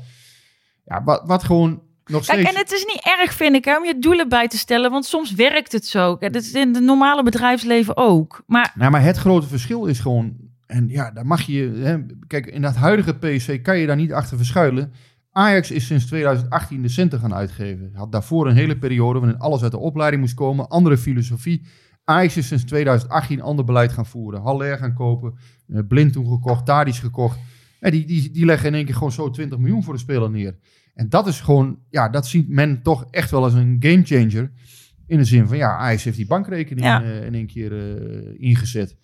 Ja, wat, wat gewoon nog steeds... Kijk, en het is niet erg, vind ik, hè, om je doelen bij te stellen. Want soms werkt het zo. Dat is in het normale bedrijfsleven ook. Maar... Nou, maar het grote verschil is gewoon... En ja, daar mag je... Hè, kijk, in dat huidige P S V kan je daar niet achter verschuilen. Ajax is sinds twintig achttien de centen gaan uitgeven. Had daarvoor een hele periode waarin alles uit de opleiding moest komen. Andere filosofie. Ajax is sinds twintig achttien ander beleid gaan voeren. Haller gaan kopen. Uh, Blind toen gekocht. Tadic gekocht. Ja, die, die, die leggen in één keer gewoon zo twintig miljoen voor de speler neer. En dat is gewoon, ja, dat ziet men toch echt wel als een gamechanger. In de zin van, ja, Ajax heeft die bankrekening ja. uh, in één keer uh, ingezet.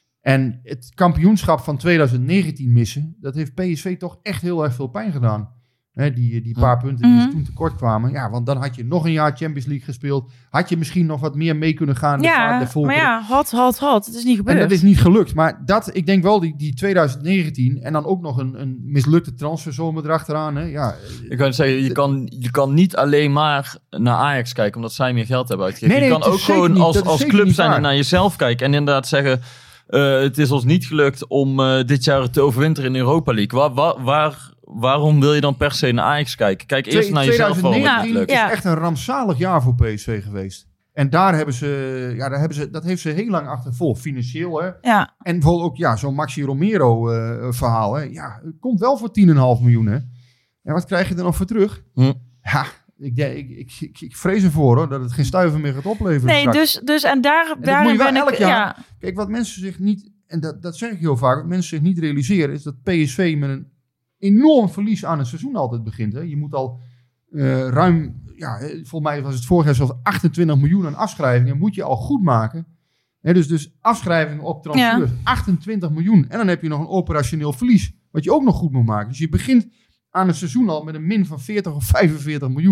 En het kampioenschap van twintig negentien missen, dat heeft P S V toch echt heel erg veel pijn gedaan. Hè, die, die paar punten die mm-hmm. toen tekort kwamen. Ja, want dan had je nog een jaar Champions League gespeeld. Had je misschien nog wat meer mee kunnen gaan. Ja, de maar ja, had, had, had. Het is niet gebeurd. En dat is niet gelukt. Maar dat, ik denk wel, die, die twintig negentien... en dan ook nog een, een mislukte transferzomer erachteraan. Hè? Ja, ik kan zeggen, je kan, je kan niet alleen maar naar Ajax kijken... omdat zij meer geld hebben uitgegeven. Nee, nee, je kan ook gewoon niet, als, als club zijn waar. en naar jezelf kijken. En inderdaad zeggen... Uh, het is ons niet gelukt om uh, dit jaar te overwinteren in de Europa League. Waar... waar, waar Waarom wil je dan per se naar Ajax kijken? Kijk eerst Twee, naar jezelf. twintig negentien is ja. echt een rampzalig jaar voor P S V geweest. En daar hebben ze, ja, daar hebben ze, dat heeft ze heel lang achtervolgd. Financieel, hè. Ja. En bijvoorbeeld ook ja, zo'n Maxi Romero uh, verhaal. Hè. Ja, het komt wel voor tien komma vijf miljoen. Hè. En wat krijg je er nog voor terug? Hm. Ja, ik, ik, ik, ik, ik vrees ervoor hoor, dat het geen stuiver meer gaat opleveren. Nee, dus, dus en daar, en daar ben elk ik... Jaar, ja. Kijk, wat mensen zich niet, en dat, dat zeg ik heel vaak, wat mensen zich niet realiseren, is dat P S V met een enorm verlies aan het seizoen altijd begint. Hè. Je moet al uh, ruim, ja, volgens mij was het vorig jaar zelfs achtentwintig miljoen aan afschrijvingen, moet je al goed maken. Hè, dus, dus afschrijvingen op transfers, ja. achtentwintig miljoen. En dan heb je nog een operationeel verlies, wat je ook nog goed moet maken. Dus je begint aan het seizoen al met een min van veertig of vijfenveertig miljoen.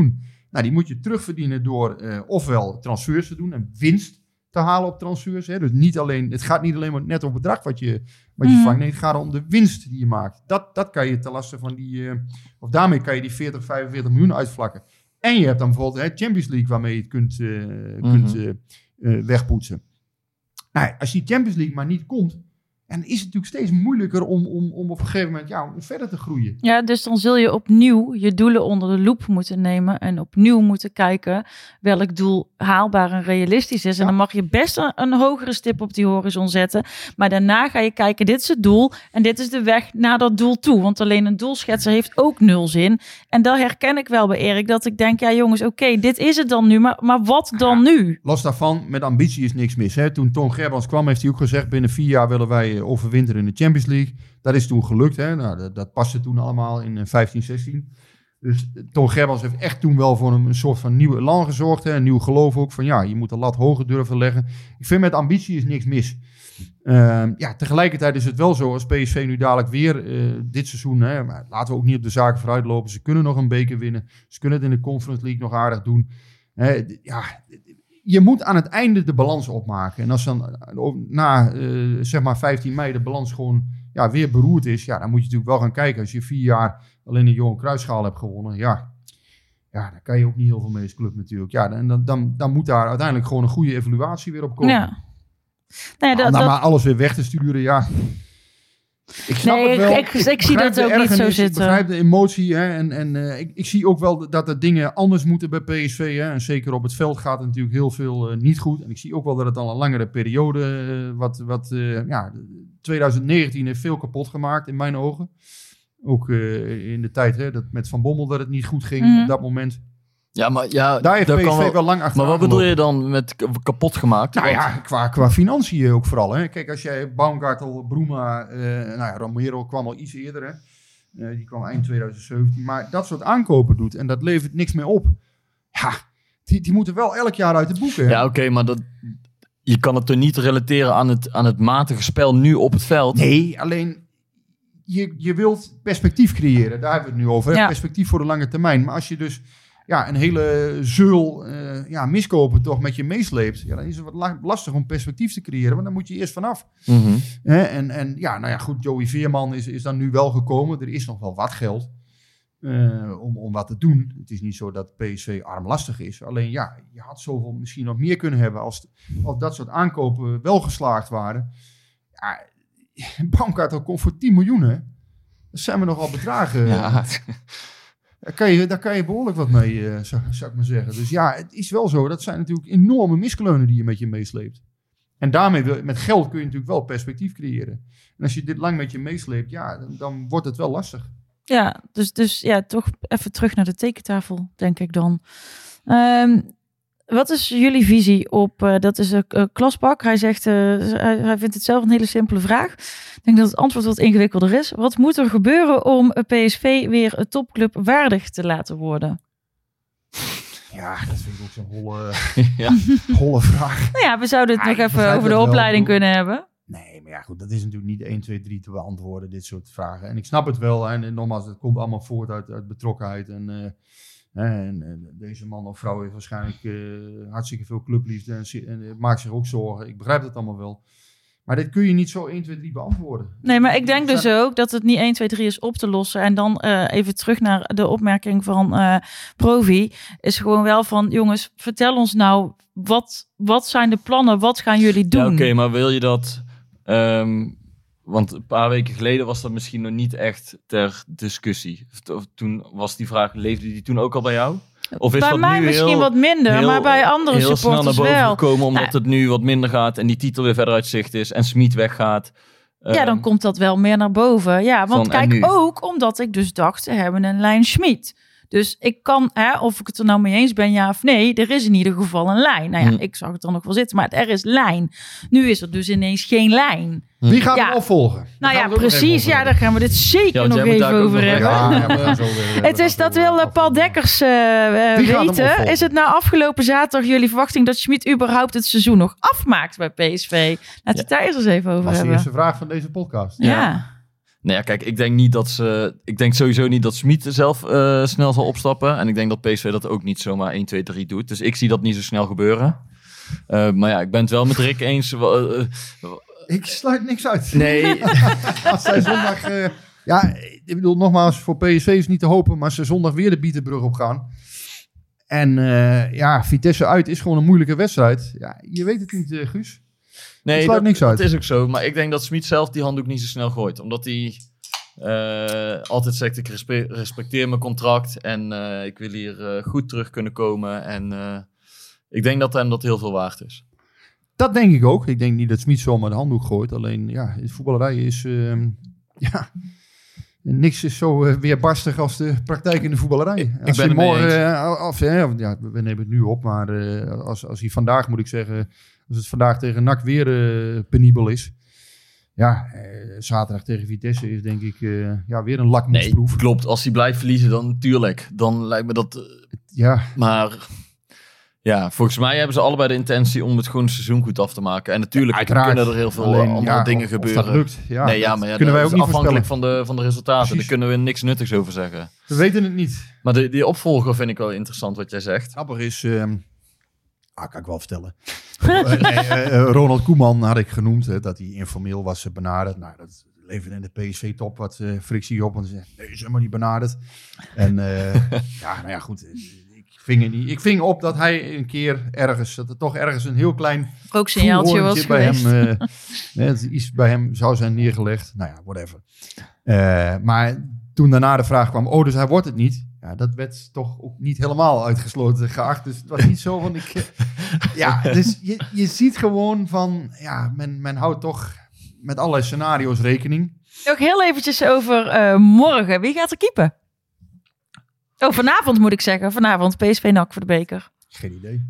Nou, die moet je terugverdienen door uh, ofwel transfers te doen en winst te halen op transfers. Hè. Dus niet alleen, het gaat niet alleen maar net om het bedrag wat je, wat je mm. vangt. Nee, het gaat om de winst die je maakt. Dat, dat kan je ten laste van die, uh, of daarmee kan je die veertig, vijfenveertig miljoen uitvlakken. En je hebt dan bijvoorbeeld hè, Champions League waarmee je het kunt, uh, mm-hmm. kunt uh, uh, wegpoetsen. Nou, als die Champions League maar niet komt, en is het natuurlijk steeds moeilijker om, om, om op een gegeven moment ja, om verder te groeien. Ja, dus dan zul je opnieuw je doelen onder de loep moeten nemen en opnieuw moeten kijken welk doel haalbaar en realistisch is. Ja. En dan mag je best een, een hogere stip op die horizon zetten. Maar daarna ga je kijken, dit is het doel en dit is de weg naar dat doel toe. Want alleen een doel schetsen heeft ook nul zin. En dat herken ik wel bij Erik, dat ik denk, ja jongens, oké, okay, dit is het dan nu, maar, maar wat dan ja, nu? Los daarvan, met ambitie is niks mis. Hè? Toen Ton Gerbrands kwam, heeft hij ook gezegd, binnen vier jaar willen wij overwinteren in de Champions League. Dat is toen gelukt. Hè? Nou, dat, dat paste toen allemaal in vijftien, zestien. Dus Ton Gerbrands heeft echt toen wel voor een, een soort van nieuw elan gezorgd. Hè? Een nieuw geloof ook. Van ja, je moet de lat hoger durven leggen. Ik vind met ambitie is niks mis. Uh, ja, tegelijkertijd is het wel zo, als P S V nu dadelijk weer uh, dit seizoen, hè, maar laten we ook niet op de zaken vooruitlopen. Ze kunnen nog een beker winnen. Ze kunnen het in de Conference League nog aardig doen. Uh, ja, je moet aan het einde de balans opmaken. En als dan na uh, zeg maar vijftien mei de balans gewoon ja, weer beroerd is, ja, dan moet je natuurlijk wel gaan kijken. Als je vier jaar alleen een Johan Cruijffschaal hebt gewonnen, ja, ja, daar kan je ook niet heel veel mee als club natuurlijk. Ja, en dan, dan, dan moet daar uiteindelijk gewoon een goede evaluatie weer op komen. Ja. Nee, dat, nou, dat... maar alles weer weg te sturen, ja. Ik snap nee, het wel. Ik, ik, ik zie dat ook niet zo zitten. Ik begrijp de emotie. Hè, en en uh, ik, ik zie ook wel dat er dingen anders moeten bij P S V. Hè, en zeker op het veld gaat het natuurlijk heel veel uh, niet goed. En ik zie ook wel dat het al een langere periode... Uh, wat, wat uh, ja, twintig negentien heeft veel kapot gemaakt in mijn ogen. Ook uh, in de tijd hè, dat met Van Bommel dat het niet goed ging mm. op dat moment. Ja, maar ja, daar heeft P S V wel, wel lang achter. Maar wat bedoel je dan met kapot gemaakt? Nou ja, qua, qua financiën ook vooral. Hè. Kijk, als jij Baumgartel, Bruma, uh, nou ja, Romero kwam al iets eerder. Hè. Uh, die kwam eind twintig zeventien. Maar dat soort aankopen doet en dat levert niks meer op. Ja, die, die moeten wel elk jaar uit de boeken. Hè. Ja, oké, okay, maar dat, je kan het er niet relateren aan het, aan het matige spel nu op het veld. Nee, alleen... Je, je wilt perspectief creëren. Daar hebben we het nu over. Ja. Perspectief voor de lange termijn. Maar als je dus... ja, een hele zeul uh, ja, miskopen toch met je meesleept. Ja, dan is het wat la- lastig om perspectief te creëren. Want dan moet je eerst vanaf. Mm-hmm. Eh, en, en ja, nou ja, goed. Joey Veerman is, is dan nu wel gekomen. Er is nog wel wat geld uh, om, om wat te doen. Het is niet zo dat P S V armlastig is. Alleen ja, je had zoveel misschien nog meer kunnen hebben als, als dat soort aankopen wel geslaagd waren. Ja, Baumgartel komt voor tien miljoen, hè. Dat zijn we nogal bedragen. Ja. Daar kan, je, daar kan je behoorlijk wat mee, uh, zou, zou ik maar zeggen. Dus ja, het is wel zo. Dat zijn natuurlijk enorme miskleunen die je met je meesleept. En daarmee, wil, met geld kun je natuurlijk wel perspectief creëren. En als je dit lang met je meesleept, ja, dan, dan wordt het wel lastig. Ja, dus, dus ja, toch even terug naar de tekentafel, denk ik dan. Um, wat is jullie visie op, uh, dat is een uh, Klasbak. Hij zegt, uh, hij, hij vindt het zelf een hele simpele vraag. Ik denk dat het antwoord wat ingewikkelder is. Wat moet er gebeuren om P S V weer een topclub waardig te laten worden? Ja, dat vind ik ook zo'n holle, ja. holle vraag. Nou ja, we zouden het ja, nog even over de opleiding wel. kunnen hebben. Nee, maar ja goed, dat is natuurlijk niet één, twee, drie te beantwoorden, dit soort vragen. En ik snap het wel. En, en nogmaals, het komt allemaal voort uit, uit betrokkenheid en... Uh, En, en deze man of vrouw heeft waarschijnlijk uh, hartstikke veel clubliefde en, en uh, maakt zich ook zorgen. Ik begrijp dat allemaal wel. Maar dit kun je niet zo één, twee, drie beantwoorden. Nee, maar ik denk dus ook dat het niet één, twee, drie is op te lossen. En dan uh, even terug naar de opmerking van uh, Provi. Is gewoon wel van, jongens, vertel ons nou, wat, wat zijn de plannen? Wat gaan jullie doen? Ja, oké, okay, maar wil je dat... Um... Want een paar weken geleden was dat misschien nog niet echt ter discussie. Of toen was die vraag, leefde die toen ook al bij jou? Of is bij dat mij nu misschien heel, wat minder, heel, maar bij andere heel supporters snel naar boven wel. gekomen, omdat nou, het nu wat minder gaat en die titel weer verder uit zicht is en Smit weggaat. Ja, um, dan komt dat wel meer naar boven. Ja, want van, kijk, ook omdat ik dus dacht, ze hebben een lijn Smit. Dus ik kan, hè, of ik het er nou mee eens ben, ja of nee, er is in ieder geval een lijn. Nou ja, hm. ik zag het er nog wel zitten, maar er is lijn. Nu is er dus ineens geen lijn. Hm. Wie gaat ja. hem opvolgen? Nou ja, precies. Ja, daar gaan we dit zeker ja, nog even over hebben. Ja, ja, zo weer, het is dat wil uh, Paul Dekkers uh, uh, weten. Is het nou afgelopen zaterdag jullie verwachting dat Smit überhaupt het seizoen nog afmaakt bij P S V? Laten we het daar eerst eens even over hebben. Dat is hebben. de eerste vraag van deze podcast. Ja. ja. Nou ja, kijk, ik denk niet dat ze... Ik denk sowieso niet dat Smit zelf uh, snel zal opstappen. En ik denk dat P S V dat ook niet zomaar één, twee, drie doet. Dus ik zie dat niet zo snel gebeuren. Uh, maar ja, ik ben het wel met Rick eens. Uh, uh, ik sluit niks uit. Nee. Als zij zondag... Uh, ja, ik bedoel, nogmaals, voor P S V is niet te hopen. Maar als ze zondag weer de Bietenbrug op gaan... En uh, ja, Vitesse uit is gewoon een moeilijke wedstrijd. Ja, je weet het niet, uh, Guus. Nee, dat, niks uit. dat is ook zo. Maar ik denk dat Smit zelf die handdoek niet zo snel gooit. Omdat hij uh, altijd zegt, ik respe- respecteer mijn contract. En uh, ik wil hier uh, goed terug kunnen komen. En uh, ik denk dat hem dat heel veel waard is. Dat denk ik ook. Ik denk niet dat Smit zomaar de handdoek gooit. Alleen, ja, de voetballerij is... Uh, ja... Niks is zo uh, weerbarstig als de praktijk in de voetballerij. Ik, als ik ben morgen, het uh, af, uh, ja, we nemen het nu op, maar uh, als, als hij vandaag, moet ik zeggen, als het vandaag tegen N A C weer uh, penibel is. Ja, uh, zaterdag tegen Vitesse is denk ik uh, ja, weer een lakmoesproef. Nee, klopt. Als hij blijft verliezen, dan natuurlijk. Dan lijkt me dat... Uh, ja. Maar... Ja, volgens mij hebben ze allebei de intentie om het gewoon seizoen goed af te maken. En natuurlijk ja, kunnen er heel veel Alleen, andere ja, dingen of, gebeuren. Of dat lukt. Ja, nee, ja, maar ja, kunnen wij ook is niet afhankelijk van de, van de resultaten. Precies. Daar kunnen we niks nuttigs over zeggen. We weten het niet. Maar de, die opvolger vind ik wel interessant wat jij zegt. Grappig is... Um, ah, kan ik wel vertellen. uh, nee, uh, Ronald Koeman had ik genoemd, uh, dat hij informeel was benaderd. Nou, dat leverde in de P S V-top wat uh, frictie op. Want ze zei, nee, is helemaal niet benaderd. En uh, ja, nou ja, goed... Ving niet. Ik ving op dat hij een keer ergens, dat er toch ergens een heel klein rooksignaaltje was bij geweest. hem, uh, het iets bij hem zou zijn neergelegd. Nou ja, whatever. Uh, maar toen daarna de vraag kwam, oh, dus hij wordt het niet. Ja, dat werd toch ook niet helemaal uitgesloten geacht. Dus het was niet zo van ik. Uh, ja, dus je, je ziet gewoon van, ja, men, men houdt toch met allerlei scenario's rekening. Nog heel eventjes over uh, morgen. Wie gaat er keepen? Oh, vanavond moet ik zeggen. Vanavond P S V N A C voor de beker. Geen idee.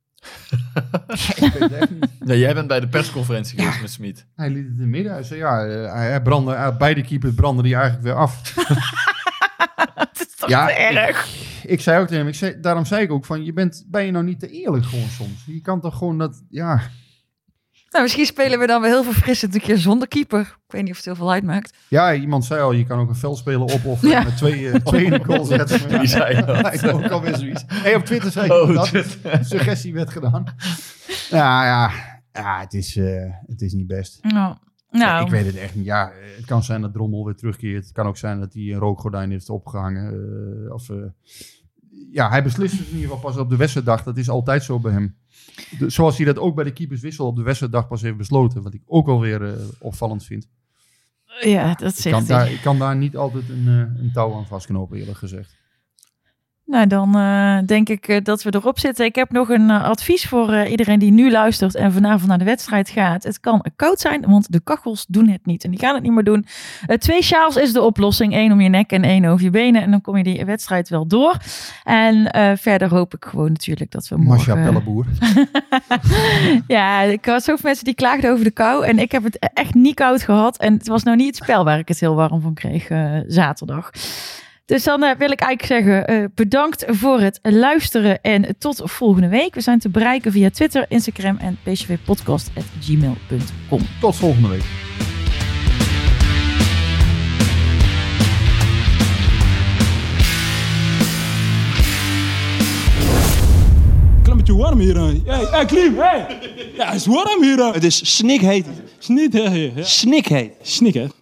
Ik weet het echt niet. Nee, jij bent bij de persconferentie geweest ja. met Smit. Hij liet het in het midden. Hij zei, ja, hij brandde, hij, beide keepers brandden die eigenlijk weer af. Het is toch ja, te erg. Ik, ik zei ook tegen hem, ik zei, daarom zei ik ook van, je bent, ben je nou niet te eerlijk gewoon soms? Je kan toch gewoon dat, ja... Nou, misschien spelen we dan wel heel verfrissend een keer zonder keeper. Ik weet niet of het heel veel uitmaakt. Ja, iemand zei al, je kan ook een veldspeler opofferen ja. met twee, uh, twee in de goal zetten. Die zei dat. Ik ook alweer zoiets. Hey, op Twitter zei oh, dat een suggestie werd gedaan. Ja, ja, ja het, is, uh, het is niet best. Nou, nou. Ja, ik weet het echt niet. Ja, het kan zijn dat Drommel weer terugkeert. Het kan ook zijn dat hij een rookgordijn heeft opgehangen. Uh, of, uh, ja, hij beslist dus in ieder geval pas op de wedstrijddag. Dat is altijd zo bij hem. De, zoals hij dat ook bij de keeperswissel op de wedstrijddag pas heeft besloten. Wat ik ook wel weer uh, opvallend vind. Ja, dat zegt ik kan, hij. daar, ik kan daar niet altijd een, uh, een touw aan vastknopen, eerlijk gezegd. Nou, dan uh, denk ik uh, dat we erop zitten. Ik heb nog een uh, advies voor uh, iedereen die nu luistert en vanavond naar de wedstrijd gaat. Het kan koud zijn, want de kachels doen het niet. En die gaan het niet meer doen. Uh, twee sjaals is de oplossing. Eén om je nek en één over je benen. En dan kom je die wedstrijd wel door. En uh, verder hoop ik gewoon natuurlijk dat we morgen... Masha Pelleboer. Ja, ik had zoveel mensen die klaagden over de kou. En ik heb het echt niet koud gehad. En het was nou niet het spel waar ik het heel warm van kreeg uh, zaterdag. Dus dan uh, wil ik eigenlijk zeggen, uh, bedankt voor het luisteren en tot volgende week. We zijn te bereiken via Twitter, Instagram en p s v podcast at gmail dot com. Tot volgende week. Klimmetje warm hier. Hey, hey Klim, hey! Ja, het is warm hier. Het is snikheet. Snikheet. Snikheet. Snikheet.